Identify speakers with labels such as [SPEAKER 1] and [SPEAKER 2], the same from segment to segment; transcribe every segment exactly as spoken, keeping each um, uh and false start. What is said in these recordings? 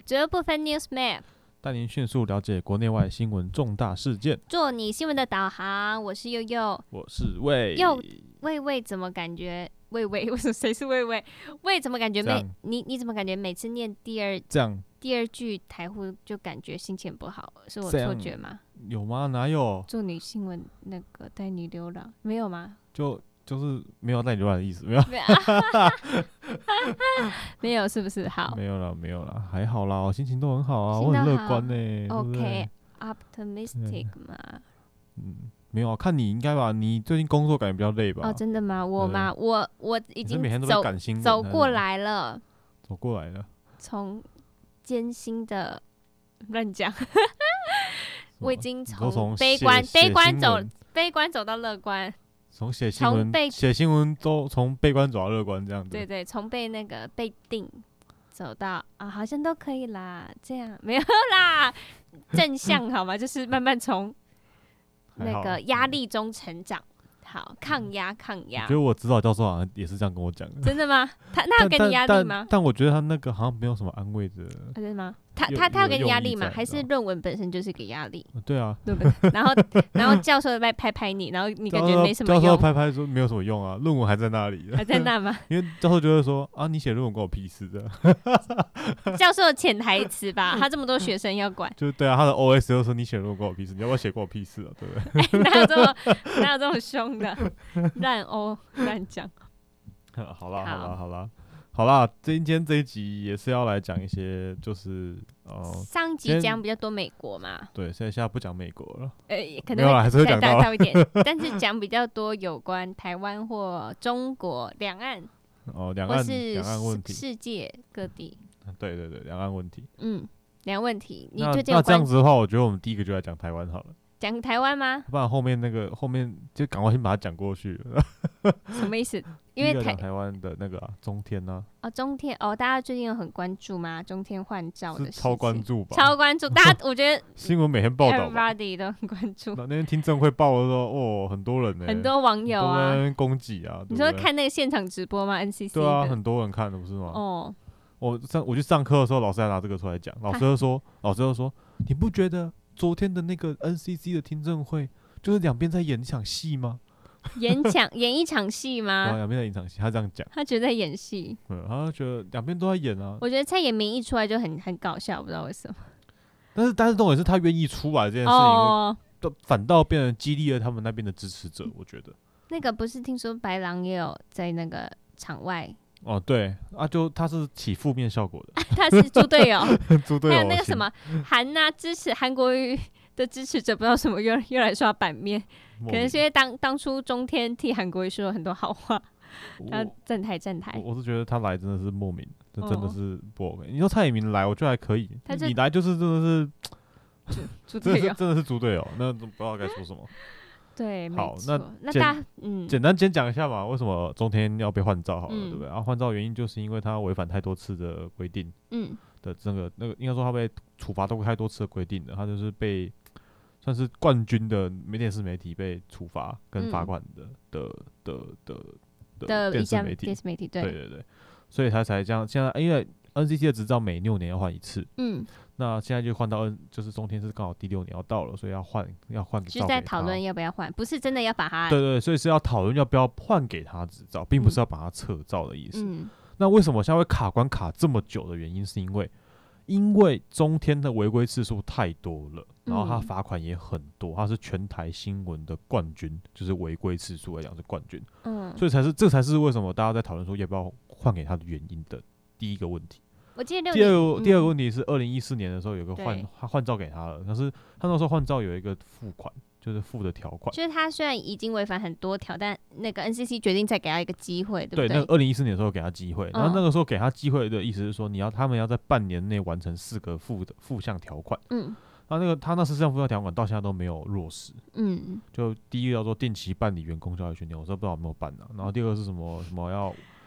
[SPEAKER 1] 折不分 News Map，
[SPEAKER 2] 带您迅速了解国内外新闻重大事件，
[SPEAKER 1] 做你新闻的导航。我是悠悠，
[SPEAKER 2] 我是魏。
[SPEAKER 1] 又魏魏怎么感觉？魏魏，为什么谁是魏魏？魏怎么感觉每你你怎么感觉每次念第二
[SPEAKER 2] 这样
[SPEAKER 1] 第二句台呼就感觉心情不好？是我错觉吗？
[SPEAKER 2] 有吗？哪有？
[SPEAKER 1] 做你新闻那个带你流浪没有吗？
[SPEAKER 2] 就就是没有带你流浪的意思，没有。
[SPEAKER 1] 没有是不是？好，
[SPEAKER 2] 没有啦，没有啦，还好啦，我心情都很好啊，我很乐观呢、欸。
[SPEAKER 1] OK， optimistic 嘛。
[SPEAKER 2] 嗯。没有啊，看你应该吧？你最近工作感觉比较累吧？
[SPEAKER 1] 哦，真的吗？我吗？我我已经
[SPEAKER 2] 每天都
[SPEAKER 1] 走
[SPEAKER 2] 赶新闻
[SPEAKER 1] 走过来了，
[SPEAKER 2] 走过来了。
[SPEAKER 1] 从艰辛的乱讲，我已经
[SPEAKER 2] 从
[SPEAKER 1] 悲观悲观走悲观走到乐观，
[SPEAKER 2] 从写新闻写新闻都从悲观走到乐观这样子。
[SPEAKER 1] 对对，从被那个被定走到啊，好像都可以啦，这样没有啦，正向好吗？就是慢慢从。那个压力中成长，好，抗压抗压。
[SPEAKER 2] 我觉得我指导教授好像也是这样跟我讲的。
[SPEAKER 1] 真的吗？他那有给你压力吗？
[SPEAKER 2] 但, 但, 但我觉得他那个好像没有什么安慰的。
[SPEAKER 1] 啊、真的吗？他他他有给你压力吗？还是论文本身就是给压力？
[SPEAKER 2] 对啊，
[SPEAKER 1] 对不对？然后然后教授在拍拍你，然后你感觉没什么用。
[SPEAKER 2] 教授拍拍说没有什么用啊，论文还在那里。
[SPEAKER 1] 还在那吗？
[SPEAKER 2] 因为教授就会说啊，你写论文关我屁事的。
[SPEAKER 1] 教授的潜台词吧，他这么多学生要管。
[SPEAKER 2] 就对啊，他的 O S 就说你写论文关我屁事，你要不要写关我屁事啊？对不对？
[SPEAKER 1] 欸、哪有这么哪有这么凶的乱欧乱讲？
[SPEAKER 2] 好啦好啦好啦好啦，今天这一集也是要来讲一些，就是呃，
[SPEAKER 1] 上集讲比较多美国嘛。
[SPEAKER 2] 对，现在现在不讲美国了。
[SPEAKER 1] 呃、欸，可能
[SPEAKER 2] 会还是会讲到
[SPEAKER 1] 到一点，但是讲比较多有关台湾或中国两岸。
[SPEAKER 2] 哦，两岸两岸问题，
[SPEAKER 1] 世界各地。
[SPEAKER 2] 对对对，两岸问题。
[SPEAKER 1] 嗯，两岸问题，你
[SPEAKER 2] 最近那这样子的话，我觉得我们第一个就来讲台湾好了。
[SPEAKER 1] 讲台湾吗？
[SPEAKER 2] 不然后面那个后面就赶快先把它讲过去。
[SPEAKER 1] 什么意思？因为台
[SPEAKER 2] 台湾的那个、啊、中天啊。
[SPEAKER 1] 哦，中天哦，大家最近有很关注吗？中天换照的事情，
[SPEAKER 2] 超关注吧？
[SPEAKER 1] 超关注，大家我觉得
[SPEAKER 2] 新闻每天报道
[SPEAKER 1] ，everybody 都很关注。
[SPEAKER 2] 那天听证会报的时候，哦，很多人呢、欸，
[SPEAKER 1] 很多网友啊，
[SPEAKER 2] 都在那边攻击啊。
[SPEAKER 1] 你说看那个现场直播吗 ？N C C
[SPEAKER 2] 对啊，很多人看的不是吗？
[SPEAKER 1] 哦，
[SPEAKER 2] 我上我去上课的时候，老师还拿这个出来讲，老师就说，老师就说，你不觉得昨天的那个 N C C 的听证会，就是两边在演一场戏吗？
[SPEAKER 1] 演场演一场戏吗？
[SPEAKER 2] 对，两边在演一场戏，他这样讲。
[SPEAKER 1] 他觉得在演戏，
[SPEAKER 2] 嗯，他觉得两边都在演啊。
[SPEAKER 1] 我觉得蔡衍明一出来就很很搞笑，不知道为什么。
[SPEAKER 2] 但是但是重点是他愿意出来这件事情，哦、反倒变成激励了他们那边的支持者。我觉得
[SPEAKER 1] 那个不是听说白狼也有在那个场外。
[SPEAKER 2] 哦，对啊，就他是起负面效果的，
[SPEAKER 1] 他是猪队友，
[SPEAKER 2] 猪队友。
[SPEAKER 1] 还有那个什么韩呐、啊，支持韩国瑜的支持者，不知道什么又又来刷版面，可能是因为当当初中天替韩国瑜说了很多好话，然后站台站台。
[SPEAKER 2] 我, 我是觉得他来真的是莫名，这真的是不 OK。哦、你说蔡衍明来，我觉得还可以，你来就是真的是
[SPEAKER 1] 猪队友，
[SPEAKER 2] 真的是猪队友，那不知道该说什么。
[SPEAKER 1] 对，
[SPEAKER 2] 好，
[SPEAKER 1] 那那大家嗯，
[SPEAKER 2] 简单先讲一下嘛，为什么中天要被换照好了，
[SPEAKER 1] 嗯、
[SPEAKER 2] 对不对？啊，换照原因就是因为他违反太多次的规定，嗯，的这个那个应该说他被处罚都太多次的规定的，他就是被算是冠军的电视媒体被处罚跟罚款的、嗯、的的的的电视媒体，
[SPEAKER 1] 电视媒体对
[SPEAKER 2] 对对对，所以他才这样。现在因为 N C C 的执照每六年要换一次，嗯。那现在就换到 N， 就是中天是刚好第六年要到了，所以要换要换给照给他。
[SPEAKER 1] 是在讨论要不要换，不是真的要把它。
[SPEAKER 2] 对对，所以是要讨论要不要换给他执照，并不是要把他撤照的意思。嗯、那为什么现在会卡关卡这么久的原因，是因为因为中天的违规次数太多了，然后他罚款也很多，他是全台新闻的冠军，就是违规次数来讲是冠军。嗯，所以才是这才是为什么大家在讨论说要不要换给他的原因的第一个问题。
[SPEAKER 1] 我记得
[SPEAKER 2] 第二个、
[SPEAKER 1] 嗯、
[SPEAKER 2] 第二个问题是，二零一四年的时候有个换换照给他了，可是他那时候换照有一个付款，就是付的条款。
[SPEAKER 1] 就是他虽然已经违反很多条，但那个 N C C 决定再给他一个机会，对不对？
[SPEAKER 2] 对，那个二零一四年的时候给他机会，然后那个时候给他机会的意思是说，你要他们要在半年内完成四个附的附项条款。嗯。那那个他那四项附项条款到现在都没有落实。嗯。就第一个叫做定期办理员工教育训练，我说不知道有没有办啊。然后第二个是什么什么要。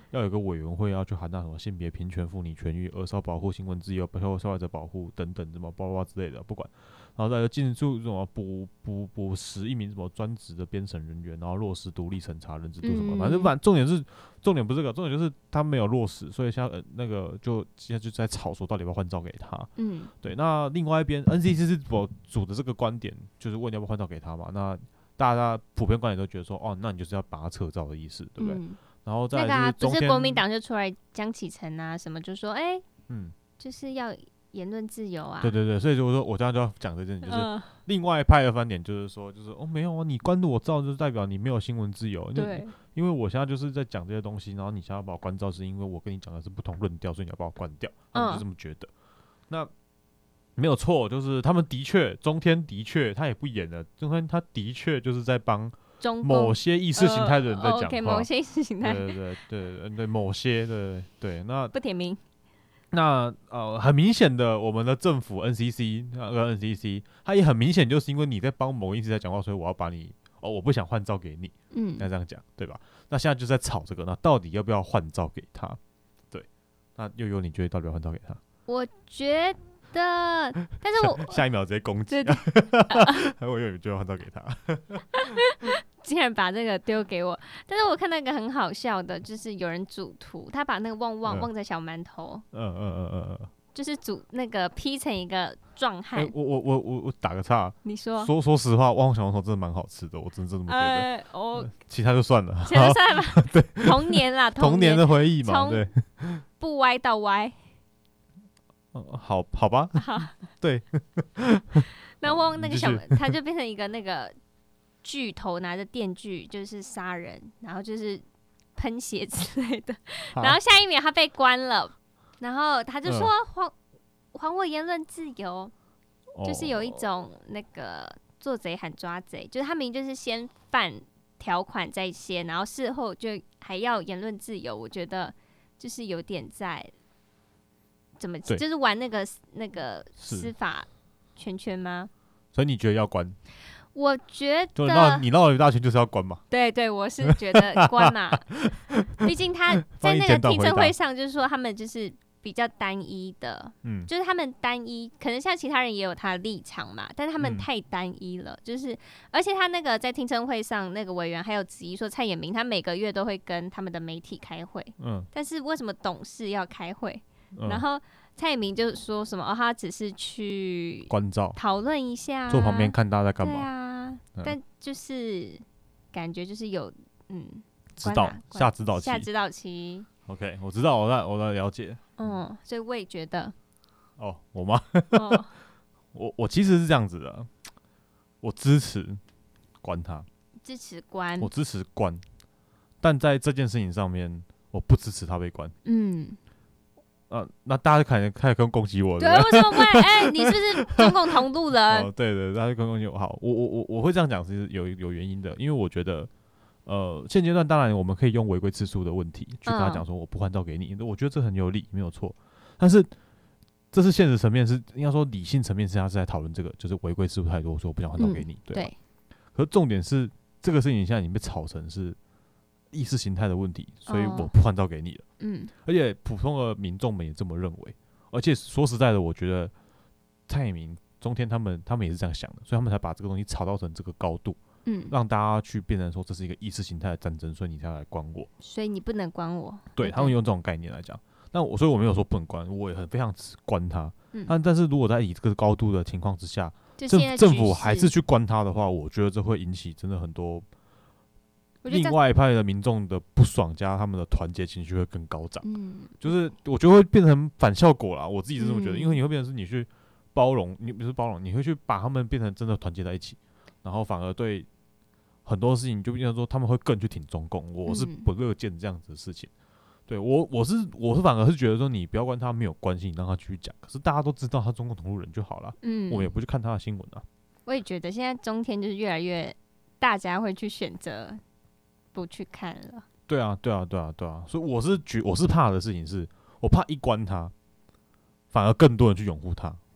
[SPEAKER 2] 要有一个委员会要去喊那什么性别平权、妇女权益、儿少保护、新闻自由、受受害者保护等等什么包包之类的，不管，然后再进入什么补补补十一名什么专职的编审人员，然后落实独立审查人制度什么，嗯、反正反正重点是重点不是这个，重点就是他没有落实，所以现在、呃、那个就现在就在吵说到底要不要换照给他。嗯，对。那另外一边 N C C 是我主的这个观点，就是问要不要换照给他嘛？那大家普遍观点都觉得说，哦，那你就是要把他撤照的意思，对不对？嗯、然后再来就是中天、
[SPEAKER 1] 那个啊、不是国民党就出来江启臣啊什么就说，哎、欸，嗯，就是要言论自由啊。
[SPEAKER 2] 对对对，所以我说我这样就要讲这件事，就是另外一派的观点就是说，就是哦没有啊，你关我照就是代表你没有新闻自由。对，因为我现在就是在讲这些东西，然后你想要把我关照，是因为我跟你讲的是不同论调，所以你要把我关掉，他们就这么觉得。嗯、那没有错，就是他们的确，中天的确，他也不演了，中天他的确就是在帮某些意识形态的人在讲话、呃
[SPEAKER 1] okay, 某些意识形态，
[SPEAKER 2] 对对对对 对, 对，某些对对，那
[SPEAKER 1] 不点名。
[SPEAKER 2] 那呃，很明显的，我们的政府 N C C 那个 N C C， 它也很明显就是因为你在帮某个意识在讲话，所以我要把你哦，我不想换照给你，嗯，那这样讲对吧？那现在就在吵这个，那到底要不要换照给他？对，那悠悠你觉得到底要换照给他？
[SPEAKER 1] 我觉得。的，但是我
[SPEAKER 2] 下, 下一秒直接攻击，我以为你就要换照给他，
[SPEAKER 1] 竟然把这个丢给我。但是我看到一个很好笑的，就是有人组图，他把那个旺旺、嗯、旺仔小馒头，嗯嗯嗯嗯嗯，就是组那个 P 成一个壮汉、欸。
[SPEAKER 2] 我我我我我打个岔，
[SPEAKER 1] 你说，
[SPEAKER 2] 说说实话，旺旺小馒头真的蛮好吃的，我真的这么觉得。呃，我其他就算了，
[SPEAKER 1] 其他就算了吧。对，童年啦，童
[SPEAKER 2] 年, 童年的回忆嘛，对，
[SPEAKER 1] 不歪到歪。
[SPEAKER 2] 嗯、好好吧，好对。
[SPEAKER 1] 然后那个小，他就变成一个那个巨头，拿着电锯就是杀人，然后就是喷血之类的。然后下一秒他被关了，然后他就说还、嗯、还我言论自由、哦，就是有一种那个做贼喊抓贼，就是他明明就是先犯条款在先，然后事后就还要言论自由，我觉得就是有点在。怎么就是玩那个那个司法圈圈吗？
[SPEAKER 2] 所以你觉得要关？
[SPEAKER 1] 我觉得
[SPEAKER 2] 就绕你绕了一大圈就是要关嘛。
[SPEAKER 1] 对对，我是觉得关嘛。毕竟他在那个听证会上就是说他们就是比较单一的，嗯，就是他们单一，可能像其他人也有他的立场嘛，但是他们太单一了，嗯、就是而且他那个在听证会上那个委员还有质疑说蔡衍明他每个月都会跟他们的媒体开会，嗯，但是为什么董事要开会？嗯、然后蔡衍明就说什么哦，他只是去
[SPEAKER 2] 关照
[SPEAKER 1] 讨论一下、啊，
[SPEAKER 2] 坐旁边看大家在干嘛。
[SPEAKER 1] 对啊、嗯，但就是感觉就是有嗯，
[SPEAKER 2] 指导下指导期，
[SPEAKER 1] 下指导期。
[SPEAKER 2] OK， 我知道，我在我在了解。
[SPEAKER 1] 嗯，所以我也觉得。
[SPEAKER 2] 哦，我吗？哦、我我其实是这样子的，我支持关他，
[SPEAKER 1] 支持关，
[SPEAKER 2] 我支持关，但在这件事情上面，我不支持他被关。嗯。呃，那大家可能开始跟攻击我，
[SPEAKER 1] 对，为什么会？哎、欸，你是不是中共同路人？
[SPEAKER 2] 哦，对对，大家跟攻击我。好，我我我我会这样讲是有有原因的，因为我觉得，呃，现阶段当然我们可以用违规次数的问题去跟他讲说我不换照给你、嗯，我觉得这很有理，没有错。但是这是现实层面，是应该说理性层面是他是在讨论这个，就是违规次数太多，所以我不想换照给你，嗯、对吧？对。可是重点是这个事情现在已经被炒成是意识形态的问题，所以我不换照给你了。嗯，而且普通的民众们也这么认为。而且说实在的，我觉得蔡衍明、中天他们他们也是这样想的，所以他们才把这个东西炒到成这个高度，嗯，让大家去变成说这是一个意识形态的战争，所以你才要来关我。
[SPEAKER 1] 所以你不能关我。
[SPEAKER 2] 对，他们用这种概念来讲，那我所以我没有说不能关，我也很非常关他。嗯，但但是如果在以这个高度的情况之下，政政府还是去关他的话，我觉得这会引起真的很多。另外一派的民众的不爽加他们的团结情绪会更高涨，嗯，就是我觉得会变成反效果啦。我自己是这么觉得，嗯、因为你会变成是你去包容，你不是包容，你会去把他们变成真的团结在一起，然后反而对很多事情就变成说他们会更去挺中共。我是不乐见这样子的事情。嗯、对我我是我是反而是觉得说你不要关他没有关系，你让他继续讲。可是大家都知道他中共同路人就好了，嗯，我们也不去看他的新闻啊。
[SPEAKER 1] 我也觉得现在中天就是越来越大家会去选择。不去看了。
[SPEAKER 2] 对啊，对啊，对啊，对啊，所以我是觉，我是怕的事情是，我怕一关他，反而更多人去拥护他，嗯、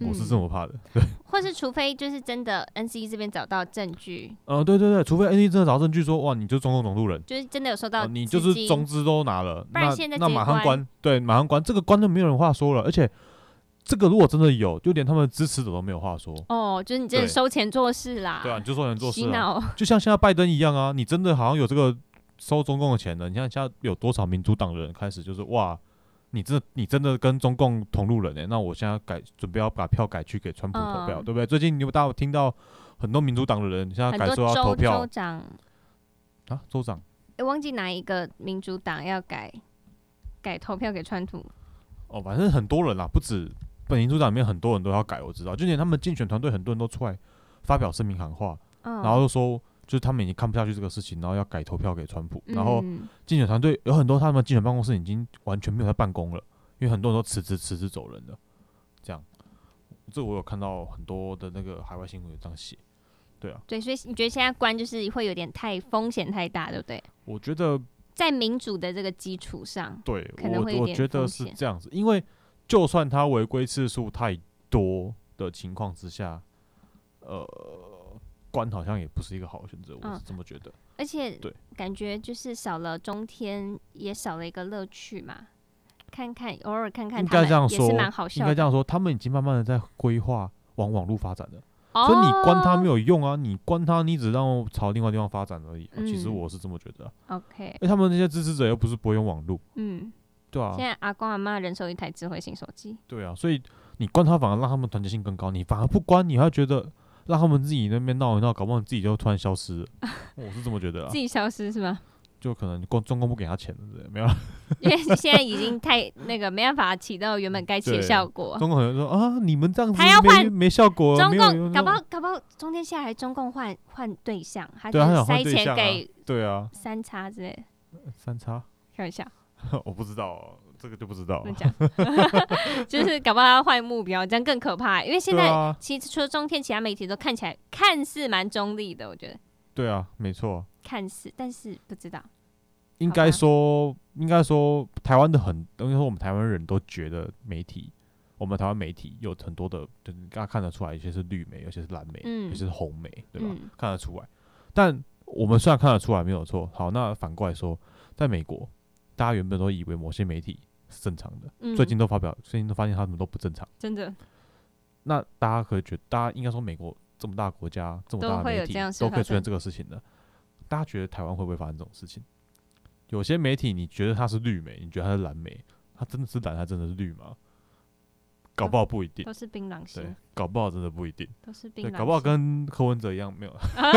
[SPEAKER 2] 嗯、我是这么怕的。对，
[SPEAKER 1] 或是除非就是真的 N C 这边找到证据，
[SPEAKER 2] 呃，对对对，除非 N C 真的找到证据说，哇，你就中共同路人，
[SPEAKER 1] 就是真的有收到、呃，
[SPEAKER 2] 你就是中资都拿了，
[SPEAKER 1] 不然现在
[SPEAKER 2] 那那马上关，对，马上关，这个关都没有人话说了，而且这个如果真的有，就连他们的支持者都没有话说。
[SPEAKER 1] 哦，就是你真的收钱做事啦，
[SPEAKER 2] 对啊，你就收钱做事啊，就像现在拜登一样啊，你真的好像有这个收中共的钱的，你看现在有多少民主党的人开始就是哇。你真的你真的跟中共同路人哎、欸，那我现在改准备要把票改去给川普投票，嗯、对不对？最近你有大家听到很多民主党的人现在改说要投票，
[SPEAKER 1] 州长
[SPEAKER 2] 啊，州长，
[SPEAKER 1] 欸、忘记哪一个民主党要改改投票给川普。
[SPEAKER 2] 哦，反正很多人啦，不止本民主党里面很多人都要改，我知道，就连他们竞选团队很多人都出来发表声明喊话，嗯、然后就说。就是他们已经看不下去这个事情，然后要改投票给川普，嗯、然后竞选团队有很多他们竞选办公室已经完全没有在办公了，因为很多人都辞职辞职走人了。这样，这我有看到很多的那个海外新闻有这样写，对啊。
[SPEAKER 1] 对，所以你觉得现在关就是会有点太风险太大，对不对？
[SPEAKER 2] 我觉得
[SPEAKER 1] 在民主的这个基础上，
[SPEAKER 2] 对，
[SPEAKER 1] 可能会有点
[SPEAKER 2] 我我觉得是这样子，因为就算他违规次数太多的情况之下，呃。关好像也不是一个好选择，我是这么觉得。嗯、
[SPEAKER 1] 而且感觉就是少了中天，也少了一个乐趣嘛。看看偶尔看看他们也是蛮好笑的。
[SPEAKER 2] 应该这样说，他们已经慢慢的在规划往网络发展了。哦、所以你关它没有用啊，你关它，你只让朝另外地方发展而已。嗯、其实我是这么觉得、啊。
[SPEAKER 1] OK。
[SPEAKER 2] 因为他们那些支持者又不是不会用网络。嗯。对啊。
[SPEAKER 1] 现在阿公阿嬷人手一台智慧型手机。
[SPEAKER 2] 对啊，所以你关它反而让他们团结性更高，你反而不关，你还觉得。让他们自己那边闹一闹，搞不好自己就突然消失了。我是这么觉得啊。
[SPEAKER 1] 自己消失是吗？
[SPEAKER 2] 就可能中共不给他钱了，没有。
[SPEAKER 1] 因为现在已经太那个没办法起到原本该起的效果。
[SPEAKER 2] 中共可能说啊，你们这样子
[SPEAKER 1] 还要换
[SPEAKER 2] 没效果。
[SPEAKER 1] 中共搞不好搞不好中间下来，中共换换对象，他就塞钱给
[SPEAKER 2] 对啊
[SPEAKER 1] 三叉之类的。
[SPEAKER 2] 三叉？
[SPEAKER 1] 开玩笑。
[SPEAKER 2] 我不知道。这个就不知道了，
[SPEAKER 1] 就是搞不好要换目标，这样更可怕。因为现在其实除了中天，其他媒体都看起来看似蛮中立的，我觉得。
[SPEAKER 2] 对啊，没错。
[SPEAKER 1] 看似，但是不知道。
[SPEAKER 2] 应该说，应该说，台湾的很，应该说我们台湾人都觉得媒体，我们台湾媒体有很多的，就是大家看得出来，有些是绿媒，有些是蓝媒，嗯、有些是红媒，对吧？嗯、看得出来。但我们虽然看得出来没有错，好，那反过来说，在美国，大家原本都以为某些媒体。是正常的，嗯、最近都发表，最近都发现他们都不正常，
[SPEAKER 1] 真的。
[SPEAKER 2] 那大家可以觉得，大家应该说美国这么大的国家，这么大的媒体都可以出现这个事情的，大家觉得台湾会不会发生这种事情？有些媒体你觉得它是绿媒，你觉得它是蓝媒，它真的是蓝，它真的是绿吗？搞不好不一定，
[SPEAKER 1] 都是槟榔心。
[SPEAKER 2] 对，搞不好真的不一定，
[SPEAKER 1] 都是槟榔。
[SPEAKER 2] 对，搞不好跟柯文哲一样没有，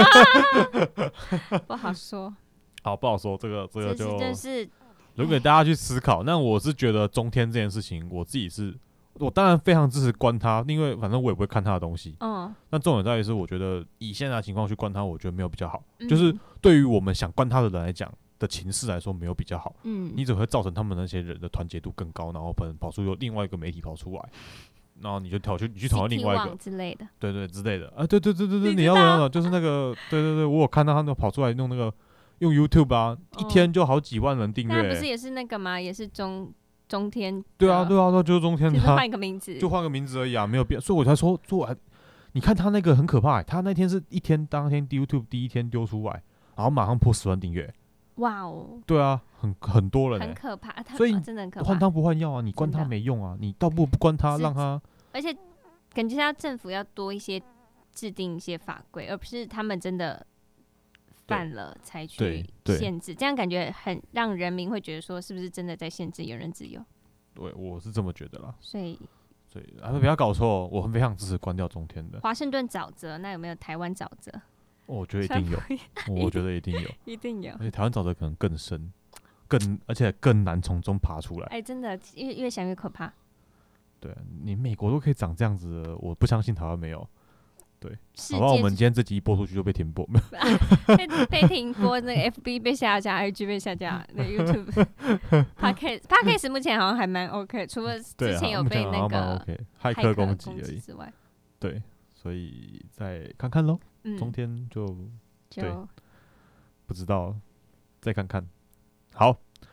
[SPEAKER 1] 不好说。
[SPEAKER 2] 好，不好说，这个这个就
[SPEAKER 1] 就是。
[SPEAKER 2] 留给大家去思考。那我是觉得中天这件事情，我自己是，我当然非常支持关他，因为反正我也不会看他的东西。嗯。那重点在于是，我觉得以现在的情况去关他，我觉得没有比较好。嗯、就是对于我们想关他的人来讲的情势来说，没有比较好。嗯。你只会造成他们那些人的团结度更高，然后可能跑出有另外一个媒体跑出来，然后你就跳去你去讨论另外一个
[SPEAKER 1] 之类的。
[SPEAKER 2] 对对之类的啊，对对对对对，你要不要就是那个对对对，我有看到他们跑出来弄那个。用 YouTube 啊，一天就好几万人订阅、欸。
[SPEAKER 1] 那不是也是那个吗？也是中中天。
[SPEAKER 2] 对啊，对啊，对，就是中天。
[SPEAKER 1] 就是换一个名字，
[SPEAKER 2] 就换个名字而已啊，没有变。所以我才说，做你看他那个很可怕、欸，他那天是一天当天 YouTube 第一天丢出来，然后马上破十万订阅。
[SPEAKER 1] 哇哦！
[SPEAKER 2] 对啊，很很多人、欸，
[SPEAKER 1] 很可怕。
[SPEAKER 2] 所以
[SPEAKER 1] 真的很可怕。
[SPEAKER 2] 换汤不换药啊，你关他没用啊，你倒不如不关他，让他。
[SPEAKER 1] 而且感觉要政府要多一些制定一些法规，而不是他们真的。犯了才去限制，这样感觉很让人民会觉得说，是不是真的在限制言论自由？
[SPEAKER 2] 对，我是这么觉得啦。
[SPEAKER 1] 所以，
[SPEAKER 2] 所以啊，不要搞错，我很非常支持关掉中天的。
[SPEAKER 1] 华盛顿沼泽，那有没有台湾沼泽？
[SPEAKER 2] 我觉得一定有，我觉得一定有，
[SPEAKER 1] 一定有。
[SPEAKER 2] 而且台湾沼泽可能更深，更而且更难从中爬出来。
[SPEAKER 1] 哎、欸，真的，越越想越可怕。
[SPEAKER 2] 对，你美国都可以长这样子了，我不相信台湾没有。对，好吧，我们今天这集播出去就被停播，
[SPEAKER 1] 被被停播，那个 F B 被下架 ，I G 被下架，那 YouTube、Podcast、Podcast 目前好像还蛮 OK， 除了之前有被那个
[SPEAKER 2] 骇客攻击而已
[SPEAKER 1] 之外，
[SPEAKER 2] 对，所以再看看咯。嗯、中天就
[SPEAKER 1] 就
[SPEAKER 2] 对，不知道，再看看。好，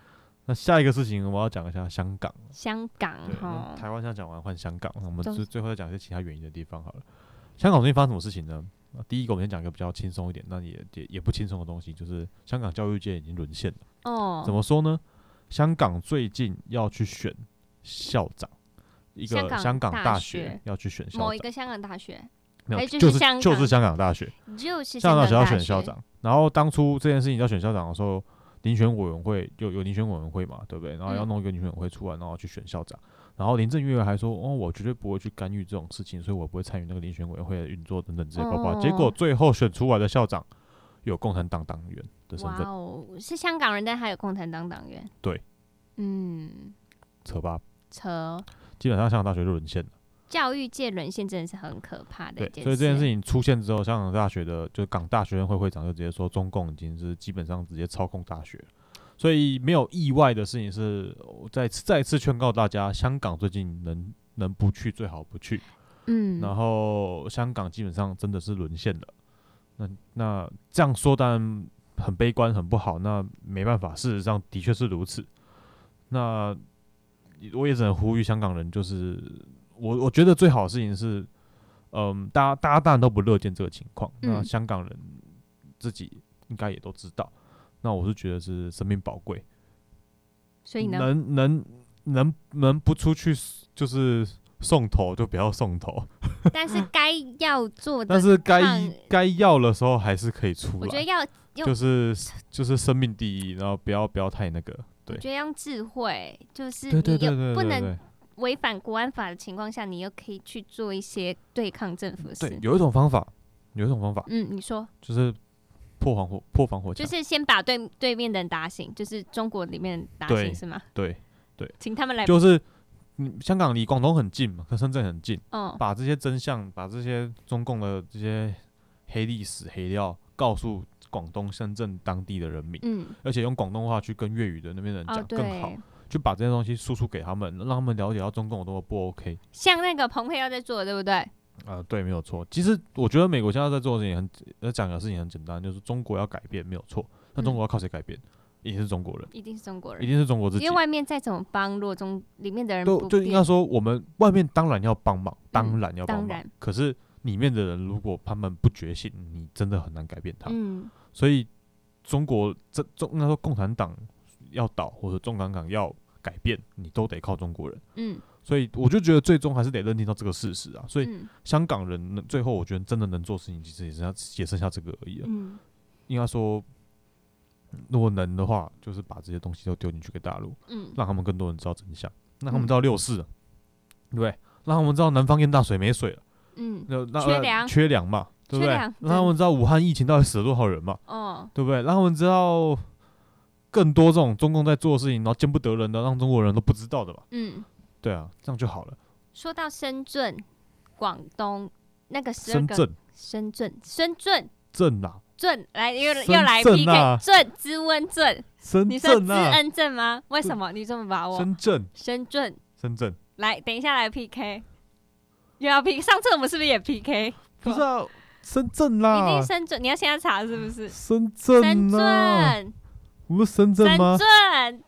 [SPEAKER 2] 那下一个事情我要讲一下香港。
[SPEAKER 1] 香港哈，
[SPEAKER 2] 台湾现在讲完换香港，那我们最最后再讲一些其他原因的地方好了。香港最近发生什么事情呢？第一个，我们先讲一个比较轻松一点，那也也也不轻松的东西，就是香港教育界已经沦陷了。哦，怎么说呢？香港最近要去选校长，一个香港大学要去选校长，
[SPEAKER 1] 某一个香港大学，
[SPEAKER 2] 没有，
[SPEAKER 1] 欸、就
[SPEAKER 2] 是就是香港大学，
[SPEAKER 1] 就是
[SPEAKER 2] 香港大学要选校长。然后当初这件事情要选校长的时候，遴选委员会有有遴选委员会嘛，对不对？然后要弄一个遴选委员会出来，然后去选校长。然后林郑月娥还说：“哦，我绝对不会去干预这种事情，所以我不会参与那个遴选委员会的运作等等这些包包。”结果最后选出来的校长有共产党党员的身份。哇
[SPEAKER 1] 哦，是香港人，但还有共产党党员。
[SPEAKER 2] 对，嗯，扯吧，
[SPEAKER 1] 扯。
[SPEAKER 2] 基本上香港大学就沦陷了。
[SPEAKER 1] 教育界沦陷真的是很可怕的一件事。
[SPEAKER 2] 对，所以这件事情出现之后，香港大学的就港大学生会会长就直接说，中共已经是基本上直接操控大学了。所以没有意外的事情是，我再再次劝告大家，香港最近能能不去最好不去。嗯，然后香港基本上真的是沦陷了。那那这样说当然很悲观很不好，那没办法，事实上的确是如此。那我也只能呼吁香港人，就是我我觉得最好的事情是，嗯，大家大家当然都不乐见这个情况，嗯、那香港人自己应该也都知道。那我是觉得是生命宝贵，
[SPEAKER 1] 所以呢，
[SPEAKER 2] 能能能能不出去就是送头就不要送头，
[SPEAKER 1] 但是该要做的，
[SPEAKER 2] 但是该该要的时候还是可以出来。
[SPEAKER 1] 我觉得要
[SPEAKER 2] 就是就是生命第一，然后不要不要太那个。对，
[SPEAKER 1] 我觉得用智慧，就是你又不能违反国安法的情况下，你又可以去做一些对抗政府的事。
[SPEAKER 2] 对，有一种方法，有一种方法，
[SPEAKER 1] 嗯，你说，
[SPEAKER 2] 就是破防火破防火墙，
[SPEAKER 1] 就是先把对对面的人打醒，就是中国里面打醒是吗？
[SPEAKER 2] 对对，
[SPEAKER 1] 请他们来，
[SPEAKER 2] 就是嗯，香港离广东很近嘛，跟深圳很近，嗯，把这些真相，把这些中共的这些黑历史黑料告诉广东、深圳当地的人民，嗯，而且用广东话去跟粤语的那边的人讲更好，就把这些东西输出给他们，让他们了解到中共有多么不 OK。
[SPEAKER 1] 像那个蓬佩奥在做的，对不对？啊、
[SPEAKER 2] 呃，对，没有错。其实我觉得美国现在在做的事情很，要讲的事情很简单，就是中国要改变没有错，那中国要靠谁改变？嗯，一定是中国人，
[SPEAKER 1] 一定是中国人，
[SPEAKER 2] 一定是中国自己。
[SPEAKER 1] 因为外面再怎么帮，如果中里面的人不
[SPEAKER 2] 就应该说，我们外面当然要帮忙，当然要帮忙，嗯，可是里面的人如果他们不觉醒，你真的很难改变他。嗯，所以中国这中应该说共产党要倒或者中港港要改变，你都得靠中国人。嗯，所以我就觉得最终还是得认定到这个事实啊。所以香港人最后我觉得真的能做事情，其实也剩下也剩下这个而已了。嗯，应该说，如果能的话，就是把这些东西都丢进去给大陆，嗯，让他们更多人知道真相，让他们知道六四了，对不对？让他们知道南方淹大水没水了，嗯，
[SPEAKER 1] 缺粮
[SPEAKER 2] 缺粮嘛，对不对？让他们知道武汉疫情到底死了多少人嘛，哦，对不对？让他们知道更多这种中共在做的事情，然后见不得人的，让中国人都不知道的嘛，嗯，对啊，这样就好了。
[SPEAKER 1] 说到深圳、广东那个
[SPEAKER 2] 深圳、
[SPEAKER 1] 深圳、深圳
[SPEAKER 2] 镇啊。
[SPEAKER 1] 圳来又又来 P K 圳知温圳，你说知恩圳吗？为什么你这么把握？
[SPEAKER 2] 深圳，
[SPEAKER 1] 深圳，
[SPEAKER 2] 深圳。
[SPEAKER 1] 来，等一下来 P K， 又要 P K。上次我们是不是也 P K？
[SPEAKER 2] 不是啊，深圳啦，
[SPEAKER 1] 一定深圳。你要现在查是不是？
[SPEAKER 2] 深圳，
[SPEAKER 1] 深圳，
[SPEAKER 2] 不是深圳吗？
[SPEAKER 1] 深圳。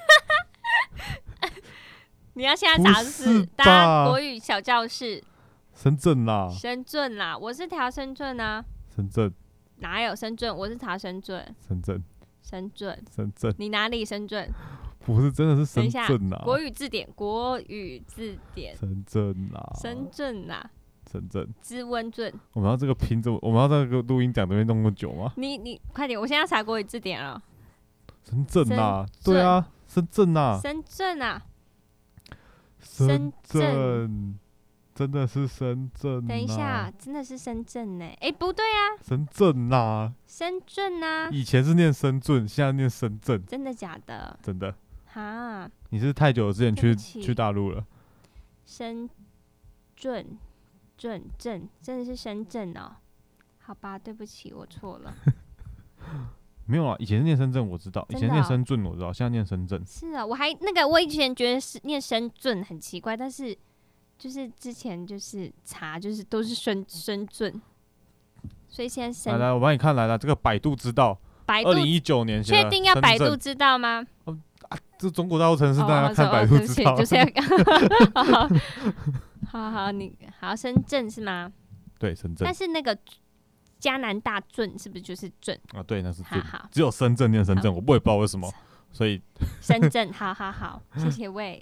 [SPEAKER 1] 你要现在查是不是？大家国语小教室。
[SPEAKER 2] 深圳啦，
[SPEAKER 1] 深圳啦，我是调深圳啊。
[SPEAKER 2] 深圳。
[SPEAKER 1] 哪有深圳？我是查深圳。
[SPEAKER 2] 深圳，
[SPEAKER 1] 深圳，
[SPEAKER 2] 深圳。
[SPEAKER 1] 你哪里深圳？
[SPEAKER 2] 不是，真的是深圳啊！
[SPEAKER 1] 国语字典，国语字典。
[SPEAKER 2] 深圳啊！
[SPEAKER 1] 深圳啊！
[SPEAKER 2] 深圳。
[SPEAKER 1] 知温圳。
[SPEAKER 2] 我们要这个拼这么，我们要这个录音讲这边弄那么久吗？
[SPEAKER 1] 你你快点！我现在要查国语字典了。
[SPEAKER 2] 深圳啊！对啊，深圳啊！
[SPEAKER 1] 深圳啊！
[SPEAKER 2] 深圳。真的是深圳、啊。
[SPEAKER 1] 等一下，真的是深圳呢、欸？哎、欸，不对啊，
[SPEAKER 2] 深圳啊，
[SPEAKER 1] 深圳啊。
[SPEAKER 2] 以前是念深圳，现在念深圳。
[SPEAKER 1] 真的假的？
[SPEAKER 2] 真的。
[SPEAKER 1] 哈，
[SPEAKER 2] 你是太久之前去去大陆了。
[SPEAKER 1] 深圳，圳镇，真的是深圳哦。好吧，对不起，我错了。
[SPEAKER 2] 没有啊，以前是念深圳，我知道。以前念深圳，我知道，现在念深圳。
[SPEAKER 1] 是啊，我还那个，我以前觉得是念深圳很奇怪，但是。就是之前就是查，就是都是深深圳，所以现在深
[SPEAKER 2] 来来，我帮你看来了，这个百度知道，
[SPEAKER 1] 百度
[SPEAKER 2] 二零一九年
[SPEAKER 1] 确定要百度知道吗？
[SPEAKER 2] 哦啊， 这中国大陆城市，大家看百
[SPEAKER 1] 度
[SPEAKER 2] 知道。
[SPEAKER 1] 就是要好好好，你好，深圳是吗？
[SPEAKER 2] 对，深圳。
[SPEAKER 1] 但是那个嘉南大圳是不是就是圳
[SPEAKER 2] 啊？对，那是圳。
[SPEAKER 1] 好好，
[SPEAKER 2] 只有深圳念深圳，我我也不知道为什么，所以
[SPEAKER 1] 深圳，好好好，谢谢喂。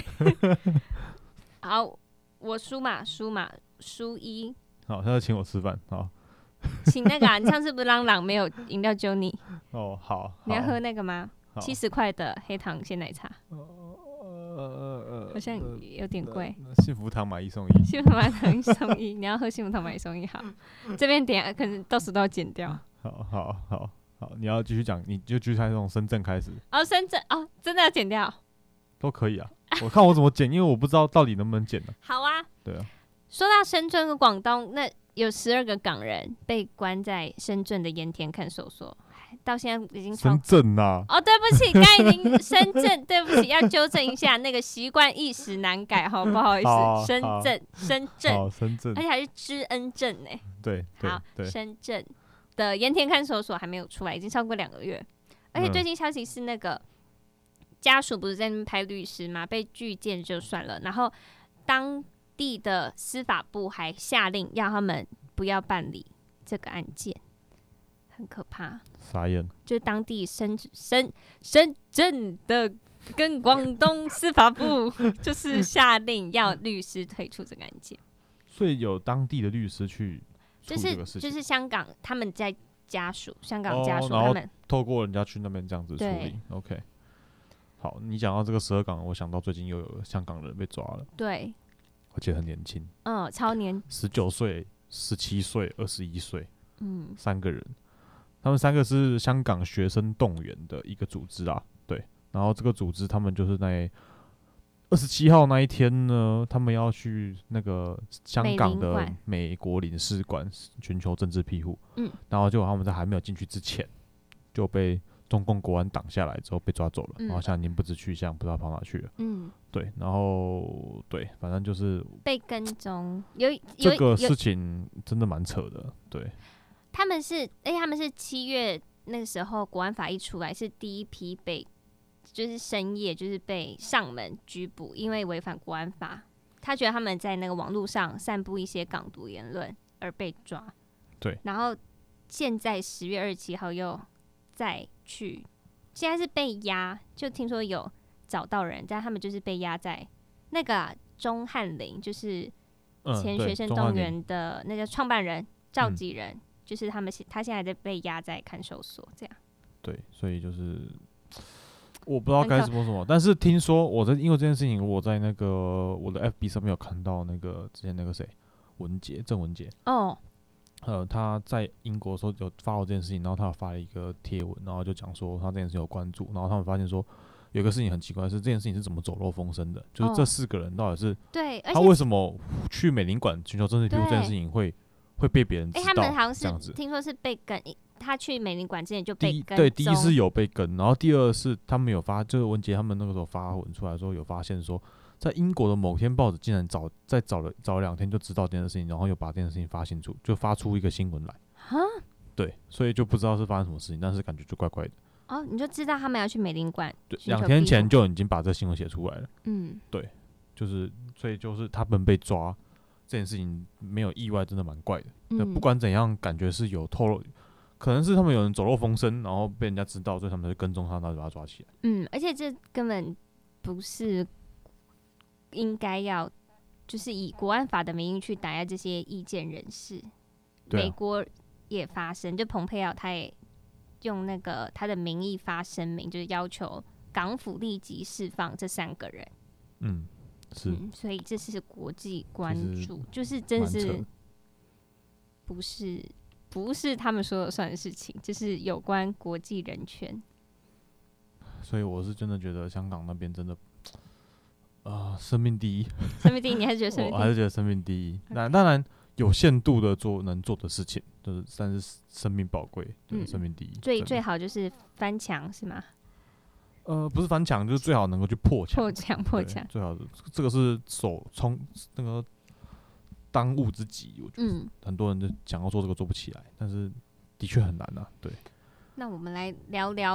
[SPEAKER 1] 好，我输嘛，输嘛，输一。
[SPEAKER 2] 好，他要请我吃饭，好。
[SPEAKER 1] 请那个啊，你上次不是朗朗没有饮料揪你？
[SPEAKER 2] 哦，好。
[SPEAKER 1] 你要喝那个吗？七十块的黑糖鲜奶茶。
[SPEAKER 2] 呃
[SPEAKER 1] 好像有点贵。
[SPEAKER 2] 幸福堂买一送一。
[SPEAKER 1] 幸福堂买一送一，你要喝幸福堂买一送一，好。这边等下可能到时都要剪掉。
[SPEAKER 2] 好好好好，你要继续讲，你就继续从深圳开始。
[SPEAKER 1] 哦，深圳哦，真的要剪掉？
[SPEAKER 2] 都可以啊，我看我怎么剪，因为我不知道到底能不能剪呢、
[SPEAKER 1] 啊。好啊。
[SPEAKER 2] 对啊。
[SPEAKER 1] 说到深圳和广东，那有十二个港人被关在深圳的盐田看守所，到现在已经超。
[SPEAKER 2] 深圳呐、
[SPEAKER 1] 啊！哦，对不起，刚已经深圳，对不起，要纠正一下，那个习惯一时难改，好不好意思？
[SPEAKER 2] 好
[SPEAKER 1] 深圳，深圳，
[SPEAKER 2] 好，深圳，
[SPEAKER 1] 而且还是知恩镇呢。
[SPEAKER 2] 对，对
[SPEAKER 1] 好，
[SPEAKER 2] 对
[SPEAKER 1] 深圳的盐田看守所还没有出来，已经超过两个月。而且最近消息是，那个、嗯、家属不是在那边拍律师嘛，被拒见就算了，然后当地的司法部还下令要他们不要办理这个案件，很可怕。
[SPEAKER 2] 傻眼，
[SPEAKER 1] 就是当地深深深圳的跟广东司法部就是下令要律师退出这个案件，
[SPEAKER 2] 所以有当地的律师去处理这个事情，
[SPEAKER 1] 就是就是香港他们在家属，香港家属、
[SPEAKER 2] 哦、
[SPEAKER 1] 他们
[SPEAKER 2] 透过人家去那边这样子处理。OK， 好，你讲到这个十二港，我想到最近又有香港人被抓了，
[SPEAKER 1] 对，
[SPEAKER 2] 而且很年轻，
[SPEAKER 1] 嗯，超年，
[SPEAKER 2] 十九岁、十七岁、二十一岁，
[SPEAKER 1] 嗯，
[SPEAKER 2] 三个人。他们三个是香港学生动员的一个组织啊，对。然后这个组织他们就是在二十七号那一天呢，他们要去那个香港的美国领事馆寻求政治庇护，
[SPEAKER 1] 嗯，
[SPEAKER 2] 然后结果他们在还没有进去之前就被中共国安挡下来之后被抓走了，嗯、然后现在已经不知去向，不知道跑哪去了，
[SPEAKER 1] 嗯，
[SPEAKER 2] 对。然后对，反正就是
[SPEAKER 1] 被跟踪，有
[SPEAKER 2] 这个事情真的蛮扯的，对。
[SPEAKER 1] 他们是，而且他们是七月那个时候国安法一出来，是第一批被，就是深夜就是被上门拘捕，因为违反国安法，他觉得他们在那个网络上散布一些港独言论而被抓。
[SPEAKER 2] 对。
[SPEAKER 1] 然后现在十月二十七号又再去，现在是被押，就听说有找到人，但他们就是被押在那个、啊、钟汉林，就是前学生动员的那个创办人、召集人。嗯，就是他们，他现在在被押在看守所，这样。
[SPEAKER 2] 对，所以就是我不知道该说什么，但是听说我在因为这件事情，我在那个我的 F B 上面有看到那个之前那个谁文杰郑文杰
[SPEAKER 1] 哦，
[SPEAKER 2] 呃，他在英国的时候有发过这件事情，然后他有发了一个贴文，然后就讲说他这件事情有关注，然后他们发现说有一个事情很奇怪，是这件事情是怎么走漏风声的，就是这四个人到底是、哦、
[SPEAKER 1] 对，
[SPEAKER 2] 他为什么去美领馆寻求政治庇护这件事情会。会被别人知道，
[SPEAKER 1] 哎、欸，他们好像是听说是被跟，他去美领馆之前就被跟。
[SPEAKER 2] 对，第一是有被跟，然后第二是他们有发，就是文杰他们那个时候发文出来说有发现说，在英国的某天报纸竟然早在早了早了两天就知道这件事情，然后又把这件事情发现出，就发出一个新闻来。
[SPEAKER 1] 哈，
[SPEAKER 2] 对，所以就不知道是发生什么事情，但是感觉就怪怪的。
[SPEAKER 1] 哦，你就知道他们要去美领馆，
[SPEAKER 2] 对，两天前就已经把这新闻写出来了。
[SPEAKER 1] 嗯，
[SPEAKER 2] 对，就是所以就是他们被抓。这件事情没有意外，真的蛮怪的。嗯、不管怎样，感觉是有透露，可能是他们有人走漏风声，然后被人家知道，所以他们就跟踪他，然后把他抓起来。
[SPEAKER 1] 嗯，而且这根本不是应该要，就是以国安法的名义去打压这些意见人士。啊、美国也发声，就蓬佩奥他也用那个他的名义发声明，就是要求港府立即释放这三个人。
[SPEAKER 2] 嗯。是、
[SPEAKER 1] 嗯，所以这是国际关注，就是真的是不是不是他们说了算的事情，就是有关国际人权。
[SPEAKER 2] 所以我是真的觉得香港那边真的，啊、呃，生命第一，
[SPEAKER 1] 生命第一，你还是觉得生命第一？
[SPEAKER 2] 我还是觉得生命第一。那、okay. 当然有限度的做能做的事情，就是但是生命宝贵，对、嗯，生命第一。
[SPEAKER 1] 最最好就是翻墙是吗？
[SPEAKER 2] 呃，不是翻墙，就是最好能够去破墙。
[SPEAKER 1] 破墙，破墙，
[SPEAKER 2] 最好的，这个是手冲那个当务之急。我觉得、嗯、很多人就想要做这个做不起来，但是的确很难啊。对。
[SPEAKER 1] 那我们来聊聊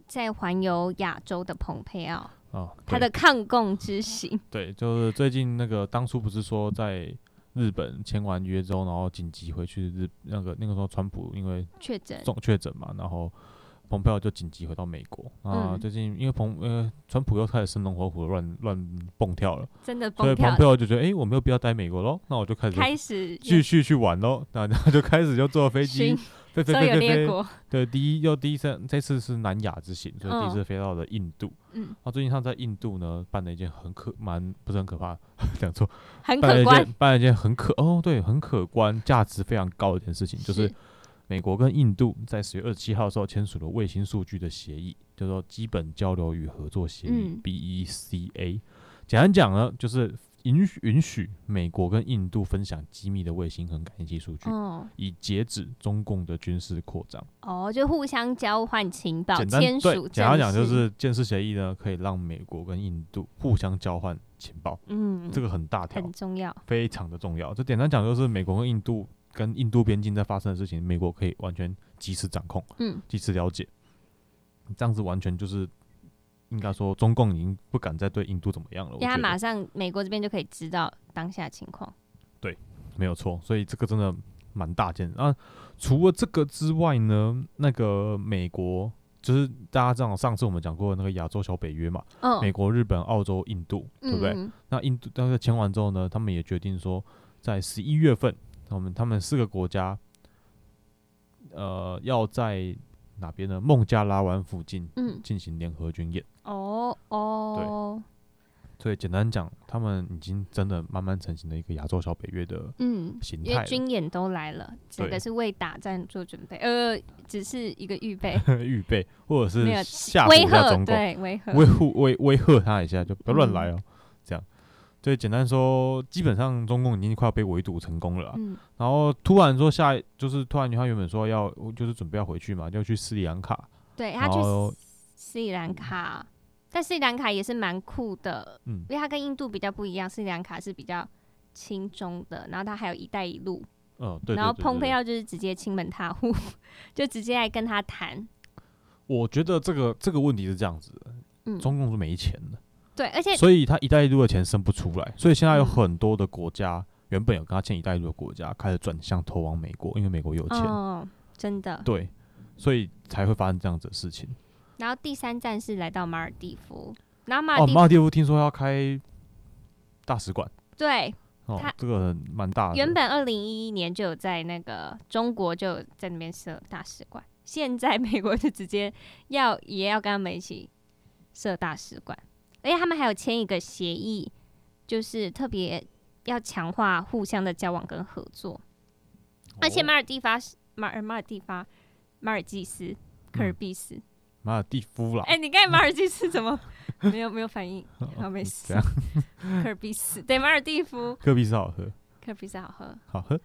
[SPEAKER 1] 在环游亚洲的蓬佩奥。
[SPEAKER 2] 哦，
[SPEAKER 1] 他的抗共之行，
[SPEAKER 2] 对，就是最近那个当初不是说在日本签完约之后，然后紧急回去日那个那个时候川普因为
[SPEAKER 1] 确诊
[SPEAKER 2] 中确诊嘛，然后蓬佩奥就紧急回到美国啊。嗯、最近因为蓬呃川普又开始生龙活虎乱乱蹦跳了，
[SPEAKER 1] 真的蹦跳，
[SPEAKER 2] 所以蓬佩奥就觉得哎、欸、我没有必要待美国咯，那我就开始
[SPEAKER 1] 开始
[SPEAKER 2] 继续去玩咯，然后就开始就坐飞机。飞飞飞飞飞，对，第一又第一次，这次是南亚之行，所以第一次飞到了印度。嗯，啊，最近他在印度呢办了一件很可蛮不是很可怕，讲错，
[SPEAKER 1] 很可观，
[SPEAKER 2] 办了一件很可哦对，很可观，价值非常高的一件事情，就是美国跟印度在十月二十七号的时候签署了卫星数据的协议，叫做基本交流与合作协议、嗯、B E C A。简单讲呢，就是允许允许美国跟印度分享机密的卫星和感应器数据，哦、以截止中共的军事扩张。
[SPEAKER 1] 哦，就互相交换情报，
[SPEAKER 2] 简单
[SPEAKER 1] 签署。
[SPEAKER 2] 简单讲就是建设协议呢，可以让美国跟印度互相交换情报。嗯，这个很大条，
[SPEAKER 1] 很重要，
[SPEAKER 2] 非常的重要。这简单讲就是美国跟印度跟印度边境在发生的事情，美国可以完全及时掌控，嗯，及时了解。这样子完全就是。应该说，中共已经不敢再对印度怎么样了。因为
[SPEAKER 1] 他马上美国这边就可以知道当下情况。
[SPEAKER 2] 对，没有错。所以这个真的蛮大件的啊。除了这个之外呢，那个美国就是大家知道，上次我们讲过的那个亚洲小北约嘛，哦、美国、日本、澳洲、印度，对不对？嗯、那印度那个签完之后呢，他们也决定说，在十一月份，我们他们四个国家，呃，要在哪边呢？孟加拉湾附近进行联合军演。
[SPEAKER 1] 哦哦，
[SPEAKER 2] 对，所以简单讲，他们已经真的慢慢成型了一个亚洲小北约的形态了。
[SPEAKER 1] 因为军演都来了，整个是为打仗做准备，呃，只是一个预备，
[SPEAKER 2] 预备，或者是吓唬一下中共，
[SPEAKER 1] 对，威吓，
[SPEAKER 2] 威吓威威吓他一下，就不要乱来哦，嗯、这样。对，简单说，基本上中共已经快要被围堵成功了、啊。嗯，然后突然说下，就是突然他原本说要，就是准备要回去嘛，就去斯里兰卡。
[SPEAKER 1] 对，他去斯里兰卡。但斯里兰卡也是蛮酷的，嗯，因为它跟印度比较不一样，斯里兰卡是比较亲中的，然后它还有一带一路，
[SPEAKER 2] 嗯，对，
[SPEAKER 1] 然后蓬佩奥就是直接亲门踏户，就直接来跟他谈。
[SPEAKER 2] 我觉得这个这个问题是这样子的，嗯，中共是没钱的，
[SPEAKER 1] 对，而且
[SPEAKER 2] 所以他一带一路的钱生不出来，所以现在有很多的国家、嗯、原本有跟他签一带一路的国家开始转向投往美国，因为美国有钱，
[SPEAKER 1] 哦，真的，
[SPEAKER 2] 对，所以才会发生这样子的事情。
[SPEAKER 1] 然后第三站是来到马尔地夫，然后马尔地夫、
[SPEAKER 2] 哦、马尔地夫听说要开大使馆，
[SPEAKER 1] 对，
[SPEAKER 2] 哦，这个蛮大的。
[SPEAKER 1] 原本二零一一年就有在那个中国就有在那边设大使馆，现在美国就直接要也要跟他们一起设大使馆，而且他们还有签一个协议，就是特别要强化互相的交往跟合作。哦、而且马尔地夫、马尔马尔地夫、马尔济斯、科尔必斯。嗯
[SPEAKER 2] 马尔地夫啦！
[SPEAKER 1] 哎、欸，你刚才马尔济斯怎么没有没有反应？好，没事。科尔必斯，对，马尔地夫。
[SPEAKER 2] 科尔必斯好喝。
[SPEAKER 1] 科尔必斯好喝。
[SPEAKER 2] 好喝。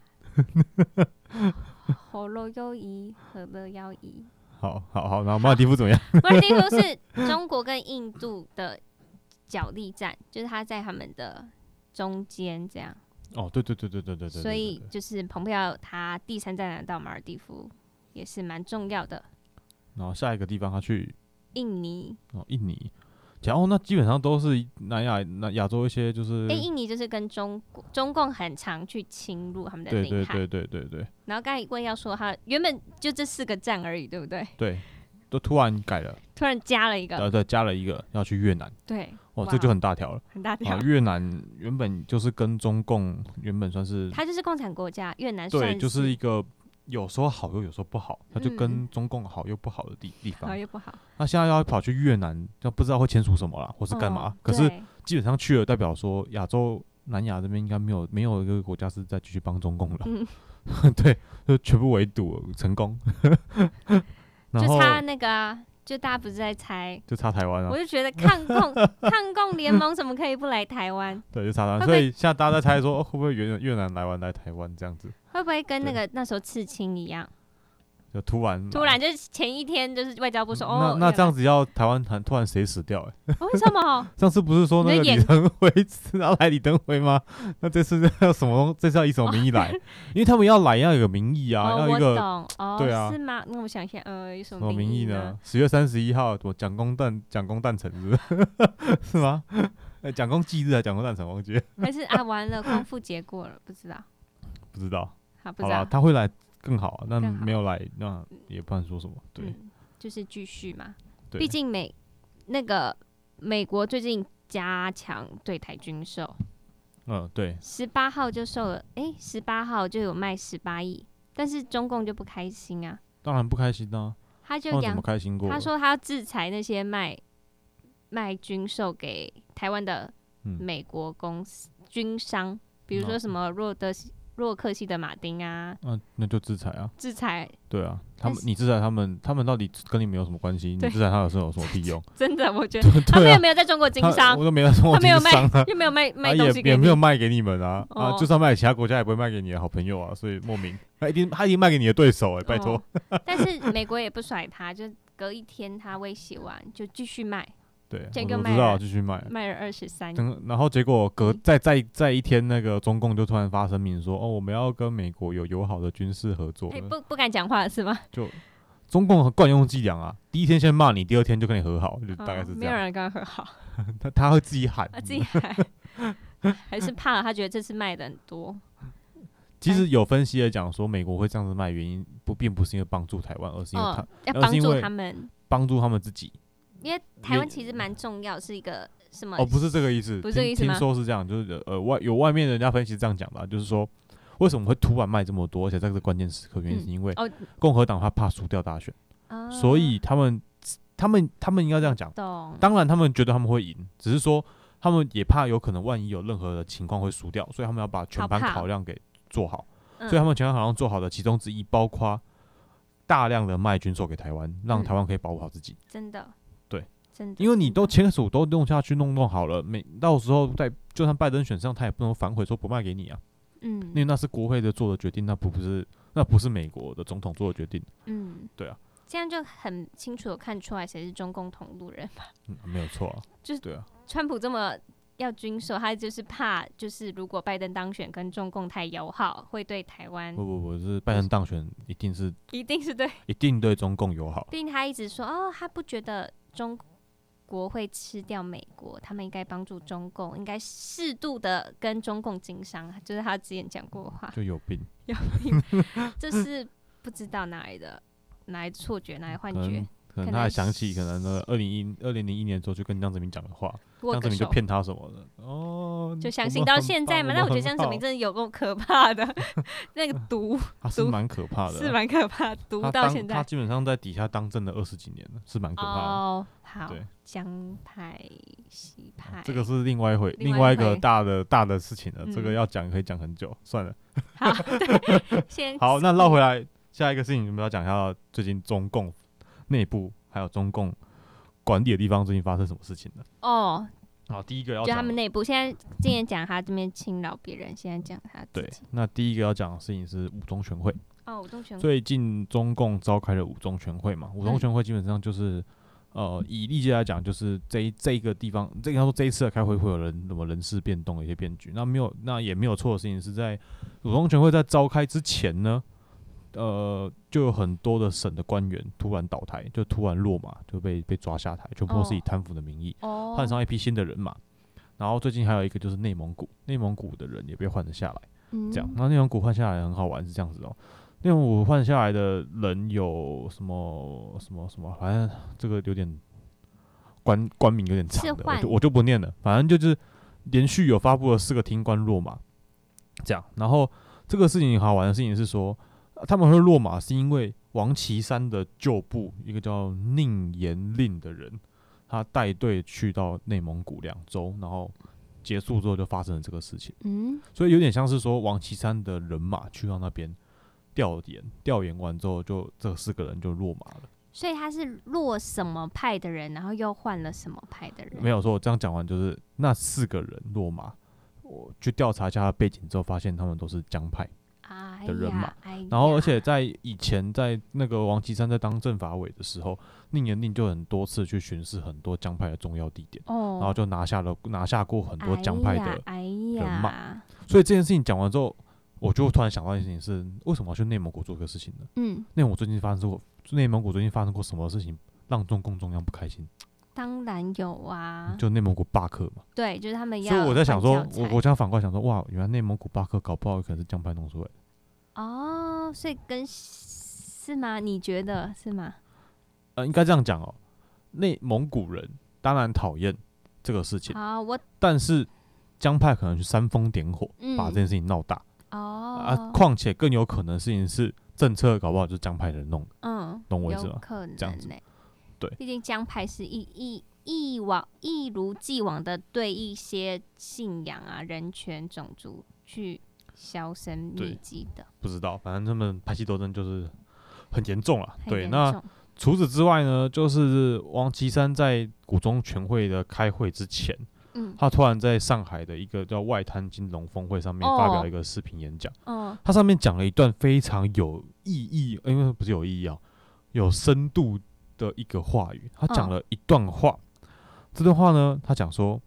[SPEAKER 1] 喉咙优怡，何乐要怡。
[SPEAKER 2] 好好好，然后马尔地夫怎么样？
[SPEAKER 1] 马尔地夫是中国跟印度的角力战，就是他在他们的中间这样。
[SPEAKER 2] 哦，对对对对对对对。
[SPEAKER 1] 所以就是蓬佩奥他第三站来到马尔地夫也是蛮重要的。
[SPEAKER 2] 然后下一个地方他去
[SPEAKER 1] 印尼
[SPEAKER 2] 哦，印尼，然后、哦、那基本上都是南亚、南亚洲一些就是，
[SPEAKER 1] 哎、欸，印尼就是跟中中共很常去侵入他们的领海，
[SPEAKER 2] 对对对对对对。
[SPEAKER 1] 然后刚才问要说他原本就这四个站而已，对不对？
[SPEAKER 2] 对，都突然改了，
[SPEAKER 1] 突然加了一个，
[SPEAKER 2] 对对，加了一个要去越南，
[SPEAKER 1] 对，
[SPEAKER 2] 哦，这就很大条了，
[SPEAKER 1] 很大条、
[SPEAKER 2] 啊。越南原本就是跟中共原本算是，
[SPEAKER 1] 它就是共产国家，越南算是
[SPEAKER 2] 对，就是一个。有时候好又有时候不好，他就跟中共好又不好的 地,、嗯、地方，
[SPEAKER 1] 好又不好。
[SPEAKER 2] 那现在要跑去越南，就不知道会签署什么啦，或是干嘛、哦。可是基本上去了，代表说亚洲、南亚这边应该没有没有一个国家是再继续帮中共了。嗯、对，就全部围堵成功。
[SPEAKER 1] 就差那个啊，就大家不是在猜，
[SPEAKER 2] 就差台湾啊。
[SPEAKER 1] 我就觉得抗共抗共联盟怎么可以不来台湾？
[SPEAKER 2] 对，就差台湾。所以现在大家在猜说，哦、会不会越越南来完来台湾这样子？
[SPEAKER 1] 会不会跟那个那时候刺青一样？
[SPEAKER 2] 就突然
[SPEAKER 1] 突然就是前一天就是外交部说哦，
[SPEAKER 2] 那那这样子要台湾突然谁死掉、欸？
[SPEAKER 1] 哦、为什么？
[SPEAKER 2] 上次不是说那个李登辉是要来李登辉吗？那这次要什么？这次要以什么名义来？哦、因为他们要来要有个名义啊，
[SPEAKER 1] 哦、
[SPEAKER 2] 要一个
[SPEAKER 1] 我懂哦，
[SPEAKER 2] 对啊，
[SPEAKER 1] 是吗？那我想想，呃，有什
[SPEAKER 2] 么名义
[SPEAKER 1] 呢？
[SPEAKER 2] 十月三十一号，我蒋公诞蒋公诞辰是不是？是吗？蒋公忌日还是蒋公诞辰？忘记了。
[SPEAKER 1] 还是啊，完了，光复节过了，不知道。
[SPEAKER 2] 不知道。
[SPEAKER 1] 好，不知道。
[SPEAKER 2] 他会来更好，那没有来，那也不能说什么。对、嗯，
[SPEAKER 1] 就是继续嘛。毕竟美那个美国最近加强对台军售。
[SPEAKER 2] 嗯，对。
[SPEAKER 1] 十八号就售了，哎、欸，十八号就有卖十八亿，但是中共就不开心啊。
[SPEAKER 2] 当然不开心啊。
[SPEAKER 1] 他就
[SPEAKER 2] 怎么开心过？
[SPEAKER 1] 他说他要制裁那些卖卖军售给台湾的美国公司、嗯、军商，比如说什么若德洛克希德马丁啊，
[SPEAKER 2] 嗯、啊，那就制裁啊，
[SPEAKER 1] 制裁。
[SPEAKER 2] 对啊，他们你制裁他们，他们到底跟你没有什么关系？你制裁他有什么屁用？
[SPEAKER 1] 真的，我觉得他们又没有在中国经商，
[SPEAKER 2] 我都没有在中国经商、啊，
[SPEAKER 1] 他没有卖，又没有卖卖东西给你，
[SPEAKER 2] 也也没有卖给你们啊、
[SPEAKER 1] 哦、
[SPEAKER 2] 啊，就算卖给其他国家，也不会卖给你的好朋友啊，所以莫名他一定他一定卖给你的对手哎、欸，拜托、
[SPEAKER 1] 哦。但是美国也不甩他，就隔一天他威胁完就继续卖。
[SPEAKER 2] 对，我知道，继续卖，
[SPEAKER 1] 卖了二十三。
[SPEAKER 2] 然后结果隔再再再一天，那个中共就突然发声明说，哦，我们要跟美国有友好的军事合作。
[SPEAKER 1] 欸、不不敢讲话是吗？
[SPEAKER 2] 就中共惯用伎俩啊，第一天先骂你，第二天就跟你和好，就大概是这样。
[SPEAKER 1] 哦、没有人跟他和好，
[SPEAKER 2] 他他会自己喊，
[SPEAKER 1] 他自己喊，还是怕了？他觉得这次卖的很多。
[SPEAKER 2] 其实有分析来讲说，美国会这样子卖，原因不并不是因为帮助台湾，而是因为他、
[SPEAKER 1] 哦、要帮助他们，
[SPEAKER 2] 帮助他们自己。
[SPEAKER 1] 因为台湾其实蛮重要，是一个什么？
[SPEAKER 2] 哦，不是这个意思，
[SPEAKER 1] 不是这个意思吗？
[SPEAKER 2] 听说是这样，就是呃外有外面人家分析这样讲的、啊，就是说为什么会突然卖这么多，而且在这个关键时刻，原因是因为共和党他怕输掉大选、嗯，所以他们他们他们应该这样讲。当然他们觉得他们会赢，只是说他们也怕有可能万一有任何的情况会输掉，所以他们要把全盘考量给做好。所以他们全盘考量做好的其中之一，包括大量的卖军售给台湾，让台湾可以保护好自己。
[SPEAKER 1] 嗯、真的。
[SPEAKER 2] 因为你都签署都弄下去弄弄好了，每到时候在就算拜登选上，他也不能反悔说不卖给你啊。嗯，因为那是国会的做的决定，那不是那不是美国的总统做的决定。嗯，对啊，
[SPEAKER 1] 这样就很清楚的看出来谁是中共同路人嘛。
[SPEAKER 2] 嗯，没有错啊。
[SPEAKER 1] 就是
[SPEAKER 2] 对啊，
[SPEAKER 1] 川普这么要军售，他就是怕就是如果拜登当选跟中共太友好，会对台湾。
[SPEAKER 2] 不不不，是拜登当选一定是
[SPEAKER 1] 一定是对，
[SPEAKER 2] 一定对中共友好。
[SPEAKER 1] 毕竟他一直说哦，他不觉得中国会吃掉美国，他们应该帮助中共，应该适度的跟中共经商，就是他之前讲过的话。
[SPEAKER 2] 就有病，
[SPEAKER 1] 有病，这是不知道哪来的哪来的错觉，哪来幻觉。
[SPEAKER 2] 可能他还想起可能呢，二零一二零零一年之后就跟江泽民讲的话，江泽民就骗他什么的哦，
[SPEAKER 1] 就相信到现在嘛。那我觉得江泽民真的有够可怕的，那个毒，
[SPEAKER 2] 他是蛮可怕的，
[SPEAKER 1] 是蛮可怕的，毒到现在。
[SPEAKER 2] 他基本上在底下当政了二十几年了，是蛮可怕的。
[SPEAKER 1] 哦，好，江派西派，
[SPEAKER 2] 这个是另外一回，另外一个大的大的事情了。嗯、这个要讲可以讲很久，算了。
[SPEAKER 1] 好，对，先
[SPEAKER 2] 好，那绕回来，下一个事情我们要讲一下最近中共内部还有中共管理的地方最近发生什么事情了？
[SPEAKER 1] 哦，
[SPEAKER 2] 好，第一个要
[SPEAKER 1] 就他们内部，现在之前讲他这边侵扰别人，现在讲他自己。
[SPEAKER 2] 对，那第一个要讲的事情是五中全会。
[SPEAKER 1] 哦，五中全会。
[SPEAKER 2] 最近中共召开了五中全会嘛，五中全会基本上就是，嗯、呃，以历届来讲，就是这一这一个地方，这个他说这一次的开会会有人什么人事变动的一些变局，那没有，那也没有错的事情是在五中全会在召开之前呢。呃，就有很多的省的官员突然倒台，就突然落马，就被被抓下台，全部都是以贪腐的名义换上一批新的人马。然后最近还有一个就是内蒙古，内蒙古的人也被换了下来，嗯、这样。那内蒙古换下来很好玩，是这样子哦。内蒙古换下来的人有什么什么什么，反正这个有点官官名有点长的，我就我就不念了。反正就是连续有发布了四个听官落马，这样。然后这个事情好玩的事情是说。他们会落马，是因为王岐山的旧部一个叫宁延令的人，他带队去到内蒙古两周，然后结束之后就发生了这个事情。嗯，所以有点像是说王岐山的人马去到那边调研，调研完之后就这四个人就落马了。
[SPEAKER 1] 所以他是落什么派的人，然后又换了什么派的人？
[SPEAKER 2] 没有说，我这样讲完就是那四个人落马，我去调查一下他的背景之后，发现他们都是江派。 的人马，
[SPEAKER 1] 哎、
[SPEAKER 2] 然后而且在以前在那个王岐山在当政法委的时候，宁严令就很多次去巡视很多江派的重要地点，哦、然后就拿下了拿下过很多江派的人马。哎、所以这件事情讲完之后，我就突然想到一件事情是，为什么要去内蒙古做这个事情呢？嗯，内蒙古最近发生过，内蒙古最近发生过什么事情让中共中央不开心？
[SPEAKER 1] 当然有啊，
[SPEAKER 2] 就内蒙古罢课嘛。
[SPEAKER 1] 对，就是他们要。
[SPEAKER 2] 所以我在想说，我我想反过来想说，哇，原来内蒙古罢课搞不好可能是江派弄出来的。
[SPEAKER 1] 哦，所以跟是吗？你觉得是吗？
[SPEAKER 2] 呃，应该这样讲哦。内蒙古人当然讨厌这个事情，
[SPEAKER 1] 啊，我
[SPEAKER 2] 但是江派可能去煽风点火，嗯、把这件事情闹大。哦，啊，况且更有可能的事情是政策搞不好就是江派人弄的。嗯，懂我意思吗？
[SPEAKER 1] 有可能、欸、
[SPEAKER 2] 这样子。对，
[SPEAKER 1] 毕竟江派是一一一往一如既往的对一些信仰啊、人权、种族去销声灭迹的。
[SPEAKER 2] 不知道，反正他们派系斗争就是很严重了。对，那除此之外呢，就是王岐山在古中全会的开会之前，嗯，他突然在上海的一个叫外滩金融峰会上面发表一个视频演讲。嗯，他上面讲了一段非常有意义，因为不是有意义啊，有深度的一个话语。他讲了一段话，哦、这段话呢，他讲说，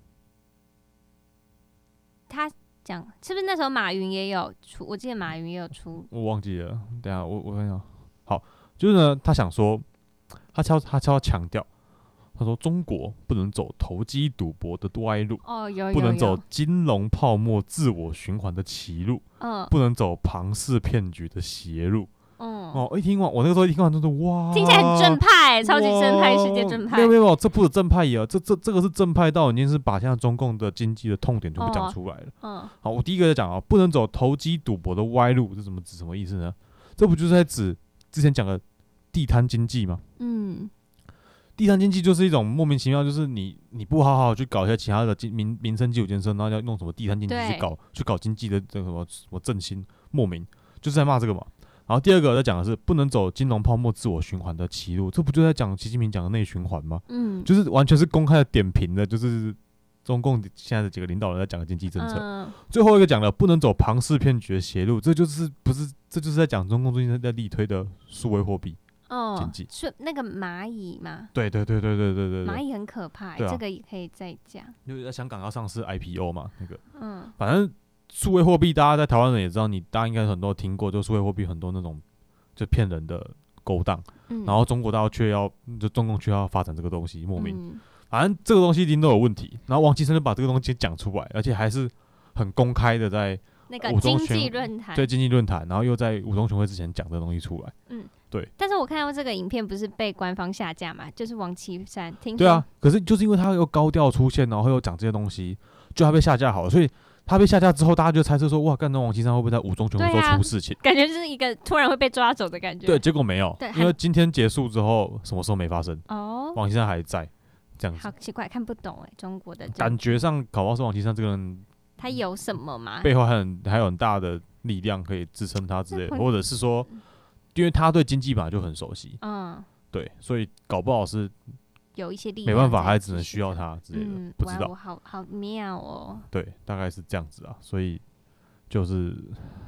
[SPEAKER 1] 他讲是不是那时候马云也有出？我记得马云也有出，
[SPEAKER 2] 我忘记了。等一下我我看一下。好，就是呢，他想说，他敲他敲强调，他说中国不能走投机赌博的歪路，
[SPEAKER 1] 哦，有有有
[SPEAKER 2] 不能走金融泡沫自我循环的歧路，嗯，不能走庞氏骗局的邪路。嗯，哦，一听完，我那个时候一听完就是哇，
[SPEAKER 1] 听起来很正派，超级正派，世界正派。
[SPEAKER 2] 没有没有，这不是正派呀，这这这个是正派到已经是把现在中共的经济的痛点全部讲出来了。哦、嗯，好，我第一个在讲啊，不能走投机赌博的歪路，这怎么指什么意思呢？这不就是在指之前讲的地摊经济吗？嗯，地摊经济就是一种莫名其妙，就是你你不好好去搞一些其他的民民生基础建设，然后要用什么地摊经济去搞去搞经济的这个什么什么振兴，莫名就是在骂这个嘛。然后第二个在讲的是不能走金融泡沫自我循环的歧路，这不就在讲习近平讲的内循环吗？嗯，就是完全是公开的点评的，就是中共现在的几个领导人在讲的经济政策。嗯、最后一个讲的不能走庞氏骗局的邪路，这就是不是这就是在讲中共最近在力推的数位货币经济，
[SPEAKER 1] 是那个蚂蚁嘛？
[SPEAKER 2] 对对对对对对对对，
[SPEAKER 1] 蚂蚁很可怕、欸啊，这个也可以再讲。
[SPEAKER 2] 因为在香港要上市 I P O 嘛，那个，嗯，反正。数位货币，大家在台湾人也知道，你大家应该很多听过，就数位货币很多那种就骗人的勾当、嗯，然后中国大陆却要就中共却要发展这个东西，莫名，嗯、反正这个东西一定都有问题。然后王岐山就把这个东西讲出来，而且还是很公开的在
[SPEAKER 1] 那个经济论坛，
[SPEAKER 2] 对经济论坛，然后又在五中全会之前讲这个东西出来，嗯，对。
[SPEAKER 1] 但是我看到这个影片不是被官方下架嘛，就是王岐山，听说
[SPEAKER 2] 对啊，可是就是因为他又高调出现，然后又讲这些东西，就他被下架好了，所以。他被下架之后，大家就猜测说：“哇，干这王岐山会不会在五中全会说出事情、
[SPEAKER 1] 啊？”感觉就是一个突然会被抓走的感觉。
[SPEAKER 2] 对，结果没有，因为今天结束之后，什么时候没发生？哦，王岐山还在，这样子。
[SPEAKER 1] 好奇怪，看不懂哎，中国的
[SPEAKER 2] 感觉上，搞不好是王岐山这个人，
[SPEAKER 1] 他有什么吗？
[SPEAKER 2] 背后还有还有很大的力量可以支撑他之类的，或者是说，因为他对经济本来就很熟悉，嗯，对，所以搞不好是。
[SPEAKER 1] 有一些力量，
[SPEAKER 2] 没办法，还只能需要他之类的，嗯、不知道。
[SPEAKER 1] 好好妙哦。
[SPEAKER 2] 对，大概是这样子啊，所以就是，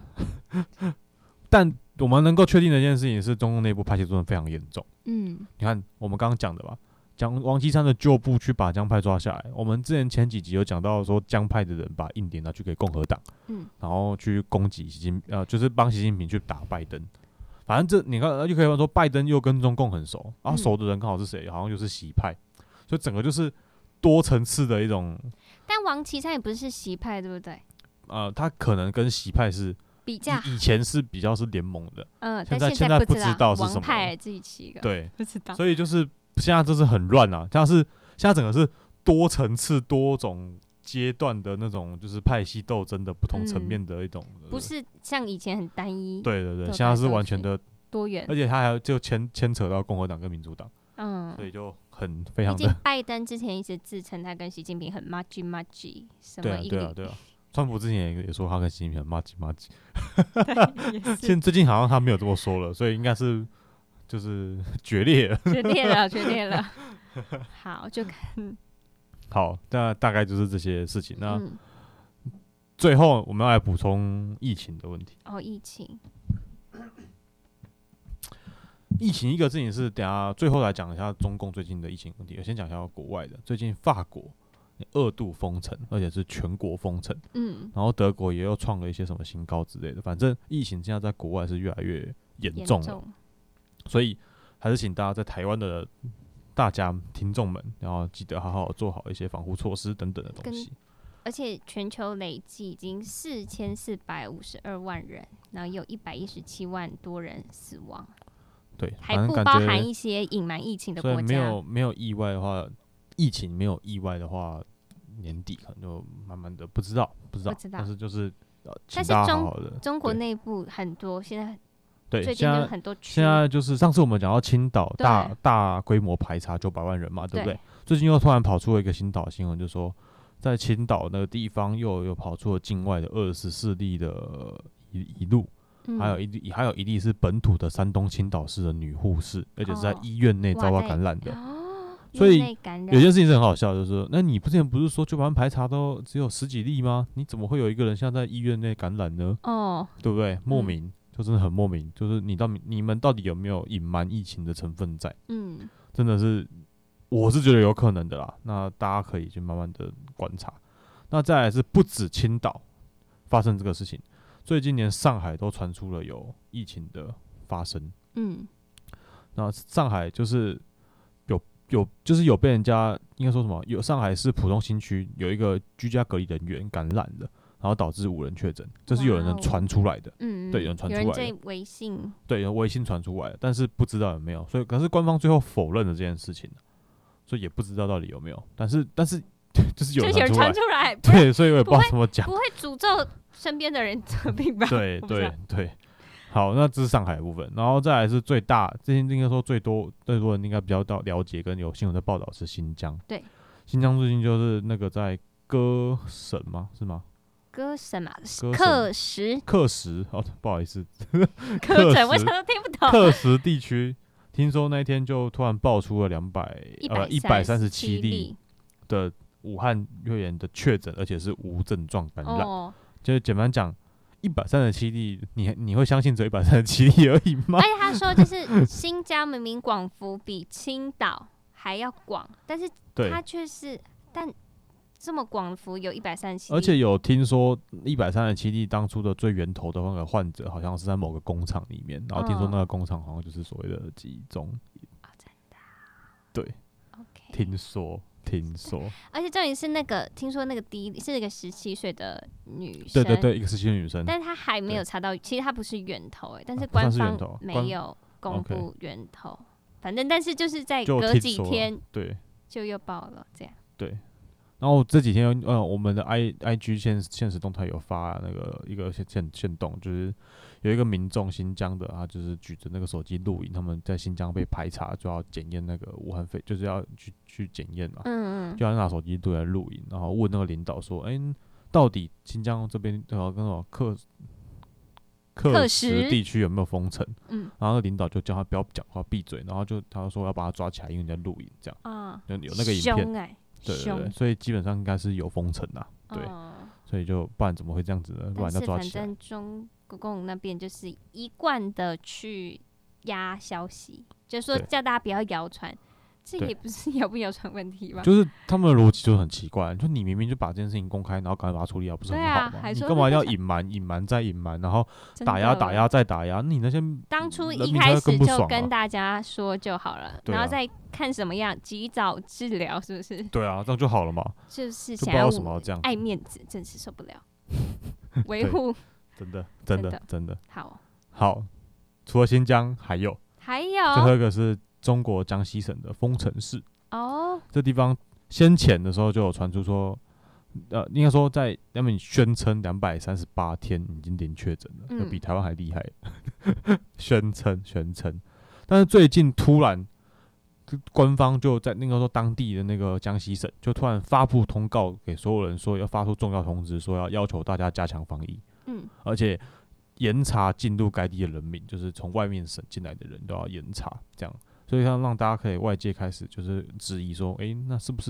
[SPEAKER 2] 但我们能够确定的一件事情是，中共内部派系斗争非常严重。嗯，你看我们刚刚讲的吧，讲王岐山的旧部去把江派抓下来。我们之前前几集有讲到说，江派的人把印典拿去给共和党，嗯，然后去攻击习近呃，就是帮习近平去打拜登。反正这你看，就可以说拜登又跟中共很熟，然后熟的人刚好是谁？好像就是习派，所以整个就是多层次的一种。
[SPEAKER 1] 但王岐山也不是习派，对不对？
[SPEAKER 2] 呃，他可能跟习派是
[SPEAKER 1] 比较，
[SPEAKER 2] 以前是比较是联盟的，
[SPEAKER 1] 嗯、呃，
[SPEAKER 2] 现在
[SPEAKER 1] 现
[SPEAKER 2] 在不知道是什么。
[SPEAKER 1] 王派自己起一个，
[SPEAKER 2] 对，
[SPEAKER 1] 不知道。
[SPEAKER 2] 所以就是现在就是很乱啊，像是现在整个是多层次、多种。阶段的那种就是派系斗争的不同层面的一种、嗯，
[SPEAKER 1] 不是像以前很单一。
[SPEAKER 2] 对对对，现在是完全的
[SPEAKER 1] 多元，
[SPEAKER 2] 而且他还就牵牵扯到共和党跟民主党，嗯，所以就很非常的。
[SPEAKER 1] 毕竟拜登之前一直自称他跟习近平很 much much 什么一
[SPEAKER 2] 对啊对啊对啊，川普之前也也说他跟习近平很 much much， 现最近好像他没有这么说了，所以应该是就是决裂了，
[SPEAKER 1] 决裂了，决裂了。好，就看。
[SPEAKER 2] 好，那大概就是这些事情。那、嗯、 最后我们要来补充疫情的问题。
[SPEAKER 1] 哦，疫情，
[SPEAKER 2] 疫情一个事情是，等一下最后来讲一下中共最近的疫情问题。我先讲一下国外的，最近法国二度封城，而且是全国封城。嗯，然后德国也又创了一些什么新高之类的。反正疫情现在在国外是越来越严重了，所以还是请大家在台湾的大家听众们，然后记得好好做好一些防护措施等等的东西。
[SPEAKER 1] 而且全球累计已经四千四百五十二万人，然后有一百一十七万多人死亡。
[SPEAKER 2] 对，
[SPEAKER 1] 还不包含一些隐瞒疫情的国家。
[SPEAKER 2] 所以没有没有意外的话，疫情没有意外的话，年底可能就慢慢的不知道不知道，但是就是、呃、请大家好好的。
[SPEAKER 1] 但是中中国内部很多现在
[SPEAKER 2] 对
[SPEAKER 1] 最近就是很多区，
[SPEAKER 2] 现在就是上次我们讲到青岛大大规模排查九百万人嘛，对不对？最近又突然跑出了一个新岛新闻，就说在青岛那个地方又有跑出了境外的二十四例的一一路。嗯、还有一例，还有一例是本土的山东青岛市的女护士，而且是在医院内遭到感染的。
[SPEAKER 1] 哦、
[SPEAKER 2] 所以有件事情是很好笑，就是说，那你之前不是说九百万排查都只有十几例吗？你怎么会有一个人像在医院内感染呢？哦，对不对？莫名，嗯、就真的很莫名，就是你到你们到底有没有隐瞒疫情的成分在？嗯，真的是，我是觉得有可能的啦。那大家可以去慢慢的观察。那再来是不止青岛发生这个事情。最近连上海都传出了有疫情的发生，嗯，那上海就是有有就是有被人家应该说什么？有上海市浦东新区有一个居家隔离人员感染了，然后导致五人确诊，这是有人传出来的，嗯，对，有人传出来的，
[SPEAKER 1] 有人在微信，
[SPEAKER 2] 对，有微信传出来的，但是不知道有没有，所以可是官方最后否认了这件事情，所以也不知道到底有没有，但是但是就是有人传出来，
[SPEAKER 1] 出来
[SPEAKER 2] 对，所以我也不知道怎么讲，
[SPEAKER 1] 不会诅咒身边的人得病吧？
[SPEAKER 2] 对对对，好，那这是上海的部分，然后再来是最大，这些应该说最多最多人应该比较到了解跟有新闻的报道是新疆。
[SPEAKER 1] 对，
[SPEAKER 2] 新疆最近就是那个在歌省吗？是吗？
[SPEAKER 1] 歌省嘛，克什
[SPEAKER 2] 克什哦，不好意思，
[SPEAKER 1] 克省我想都听不懂。
[SPEAKER 2] 克什地区听说那天就突然爆出了两百呃一百三十七例的武汉肺炎的确诊，而且是无症状感染。哦，就是简单讲，一百三十七例，你你会相信只有一百三十七例而已吗？
[SPEAKER 1] 而且他说，就是新疆明明广幅比青岛还要广，但是他却是，但这么广幅有一百三十七例，
[SPEAKER 2] 而且有听说一百三十七例当初的最源头的那个患者，好像是在某个工厂里面，然后听说那个工厂好像就是所谓的集中营。
[SPEAKER 1] 哦，真的？
[SPEAKER 2] 对 ，OK， 听说。听说，
[SPEAKER 1] 而且重点是那个，听说那个第一是一个十七岁的女生，
[SPEAKER 2] 对对对，一个十七岁的女生，
[SPEAKER 1] 但是她还没有查到，其实她不是源头哎，但是官方没有公布源头，啊、反正但是就是在隔几天，
[SPEAKER 2] 对，
[SPEAKER 1] 就又爆了这样，
[SPEAKER 2] 对。然后这几天，呃，我们的 i i g 现现实动态有发那个一个限限动，就是有一个民众新疆的，他就是举着那个手机录影，他们在新疆被排查，就要检验那个武汉肺，就是要去去检验嘛，嗯嗯，就要拿手机对来录影，然后问那个领导说，哎、欸，到底新疆这边呃跟什么克克什地区有没有封城？嗯，然后领导就叫他不要讲话，闭嘴，然后就他说要把他抓起来，因为你在录影，这样，啊，有那个影片。
[SPEAKER 1] 欸
[SPEAKER 2] 对对对，所以基本上应该是有封城啦，对，哦、所以就不然怎么会这样子呢？不然要抓起来。
[SPEAKER 1] 反正中共那边就是一贯的去压消息，就是说叫大家不要谣传，这也不是谣不谣传问题吧？
[SPEAKER 2] 就是他们的逻辑就很奇怪，就你明明就把这件事情公开，然后赶快把它处理好，不是很好吗？啊、你干嘛要隐瞒、隐瞒再隐瞒，然后打压、打压再打压？你那些
[SPEAKER 1] 当初一开始就跟大家说就好了，然后再看什么样及早治疗，是不是？
[SPEAKER 2] 对啊，这样就好了嘛。
[SPEAKER 1] 就是想要爱面子，真是受不了。维护
[SPEAKER 2] 真的真的真的
[SPEAKER 1] 好
[SPEAKER 2] 好。除了新疆，还有
[SPEAKER 1] 还有
[SPEAKER 2] 最后一个是中国江西省的丰城市
[SPEAKER 1] 哦，
[SPEAKER 2] 这地方先前的时候就有传出说，呃，应该说在他们宣称两百三十八天已经零确诊了，嗯、就比台湾还厉害。宣称宣称，但是最近突然官方就在那个说当地的那个江西省就突然发布通告给所有人说要发出重要通知，说要要求大家加强防疫，嗯，而且严查进入该地的人民，就是从外面省进来的人都要严查，这样，所以要让大家可以外界开始就是质疑说，哎、欸，那是不是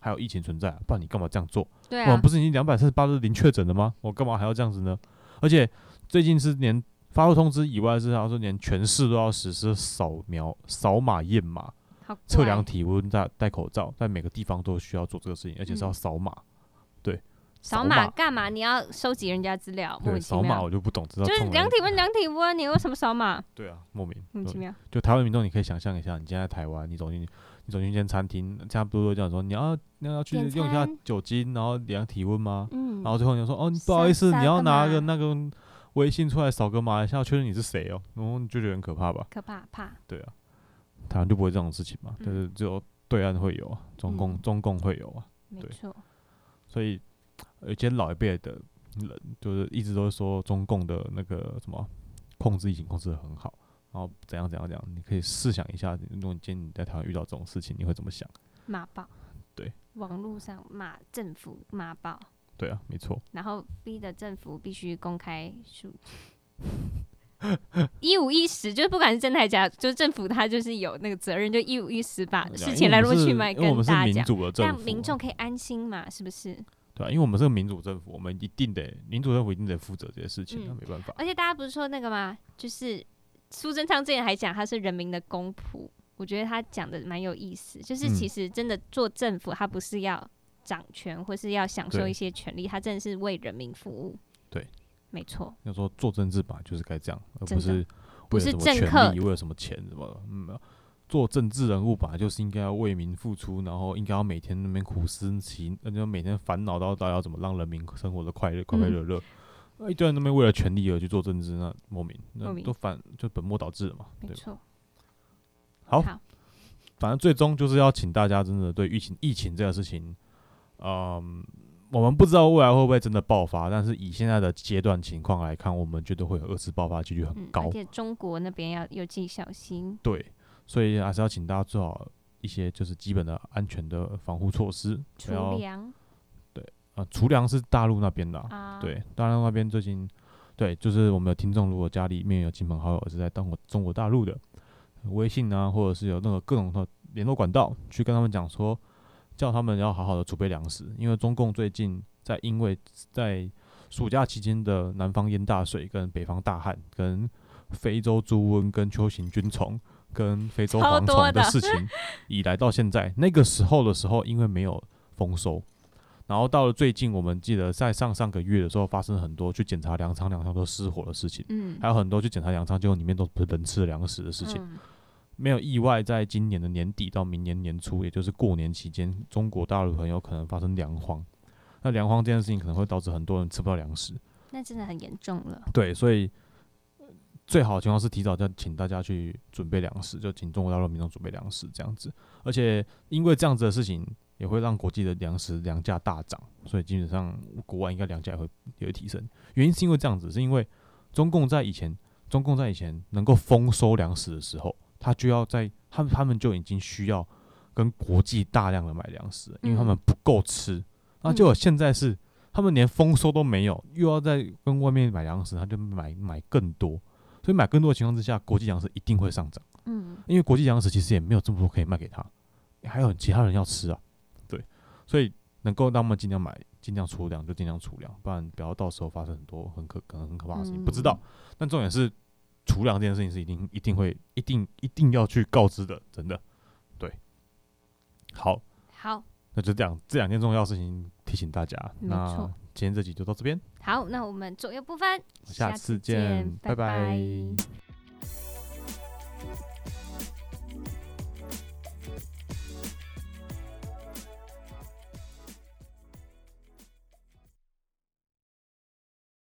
[SPEAKER 2] 还有疫情存在、啊，不然你干嘛这样做？
[SPEAKER 1] 对啊，
[SPEAKER 2] 我们不是已经两百三十八日零确诊了吗？我干嘛还要这样子呢？而且最近是连发布通知以外，是好像说连全市都要实施扫描、扫码验码、测量体温、戴戴口罩，在每个地方都需要做这个事情，而且是要扫码。嗯、对，
[SPEAKER 1] 扫码干嘛？你要收集人家资料？
[SPEAKER 2] 对，扫码我就不懂，知道
[SPEAKER 1] 就是量体温，量体温，你为什么扫码？
[SPEAKER 2] 对啊，莫名
[SPEAKER 1] 莫名其妙。
[SPEAKER 2] 就台湾民众，你可以想象一下，你今天在台湾，你走进你走进一间餐厅，差不多这样说，你要你要去用一下酒精，然后量体温吗？嗯，然后最后你就说哦，不好意思，你要拿个那个微信出来扫个码一下，确认你是谁哦，然后你就觉得很可怕吧？
[SPEAKER 1] 可怕怕。
[SPEAKER 2] 对啊，台湾就不会这种事情嘛，但是只有对岸会有啊，中共、嗯、中共会有啊，
[SPEAKER 1] 没错。
[SPEAKER 2] 所以有些老一辈的人就是一直都说中共的那个什么控制疫情控制得很好。然后怎样怎样怎样，你可以试想一下，如果你今天你在台湾遇到这种事情，你会怎么想？
[SPEAKER 1] 骂爆。
[SPEAKER 2] 对。
[SPEAKER 1] 网络上骂政府骂爆。
[SPEAKER 2] 对啊，没错。
[SPEAKER 1] 然后逼的政府必须公开数据。一五一十，就是不管是真还假，就是政府他就是有那个责任，就一五一十把事情来龙去脉跟大家讲，让民众可以安心嘛，是不是？
[SPEAKER 2] 对啊，因为我们是个民主政府，我们一定得民主政府一定得负责这些事情，那、嗯、没办法。
[SPEAKER 1] 而且大家不是说那个吗？就是苏贞昌之前还讲他是人民的公仆，我觉得他讲的蛮有意思。就是其实真的做政府，他不是要掌权或是要享受一些权利，他真的是为人民服务。
[SPEAKER 2] 对，
[SPEAKER 1] 没错。
[SPEAKER 2] 要说做政治吧，就是该这样，而不是为了什么权利，为了什么钱什么的。嗯，做政治人物吧，就是应该要为民付出，然后应该要每天那边苦思其，就每天烦恼到到要怎么让人民生活的快乐、快快乐乐。嗯，一堆人那边为了权力而去做政治，那莫名，那都反就本末倒置了嘛。
[SPEAKER 1] 没错。
[SPEAKER 2] 好，反正最终就是要请大家真的对疫情疫情这个事情，嗯，我们不知道未来会不会真的爆发，但是以现在的阶段情况来看，我们觉得会有二次爆发几率很高。嗯，
[SPEAKER 1] 而且中国那边要尤其小心。
[SPEAKER 2] 对，所以还是要请大家做好一些就是基本的安全的防护措施。
[SPEAKER 1] 储粮。
[SPEAKER 2] 呃，储粮是大陆那边的、啊， uh, 对，大陆那边最近，对，就是我们的听众，如果家里面有亲朋好友是在中国中国大陆的，微信啊，或者是有那个各种的联络管道，去跟他们讲说，叫他们要好好的储备粮食，因为中共最近在因为在暑假期间的南方淹大水、跟北方大旱、跟非洲猪瘟、跟秋行菌虫、跟非洲蝗虫的事情，以来到现在那个时候的时候，因为没有丰收。然后到了最近，我们记得在上上个月的时候，发生很多去检查粮仓，粮仓都失火的事情，嗯，还有很多去检查粮仓，结果里面都不是人吃的粮食的事情。嗯，没有意外，在今年的年底到明年年初，也就是过年期间，中国大陆很有可能发生粮荒。那粮荒这件事情可能会导致很多人吃不到粮食，
[SPEAKER 1] 那真的很严重了。
[SPEAKER 2] 对，所以最好的情况是提早就请大家去准备粮食，就请中国大陆民众准备粮食这样子。而且因为这样子的事情，也会让国际的粮食粮价大涨，所以基本上国外应该粮价也会也会提升。原因是因为这样子，是因为中共在以前，中共在以前能够丰收粮食的时候，他就要在他们他们就已经需要跟国际大量的买粮食，因为他们不够吃。那结果现在是他们连丰收都没有，又要在跟外面买粮食，他就买买更多，所以买更多的情况之下，国际粮食一定会上涨。嗯，因为国际粮食其实也没有这么多可以卖给他，还有其他人要吃啊。对，所以能够让他们尽量买、尽量储粮就尽量储粮，不然不要到时候发生很多很可可能很可怕的事情。嗯、不知道，但重点是储粮这件事情是一定、一定会、一定、一定要去告知的，真的。对，好，
[SPEAKER 1] 好，
[SPEAKER 2] 那就这样，这两件重要的事情提醒大家。那今天这集就到这边。
[SPEAKER 1] 好，那我们左右不分，
[SPEAKER 2] 下次见，拜拜。拜拜。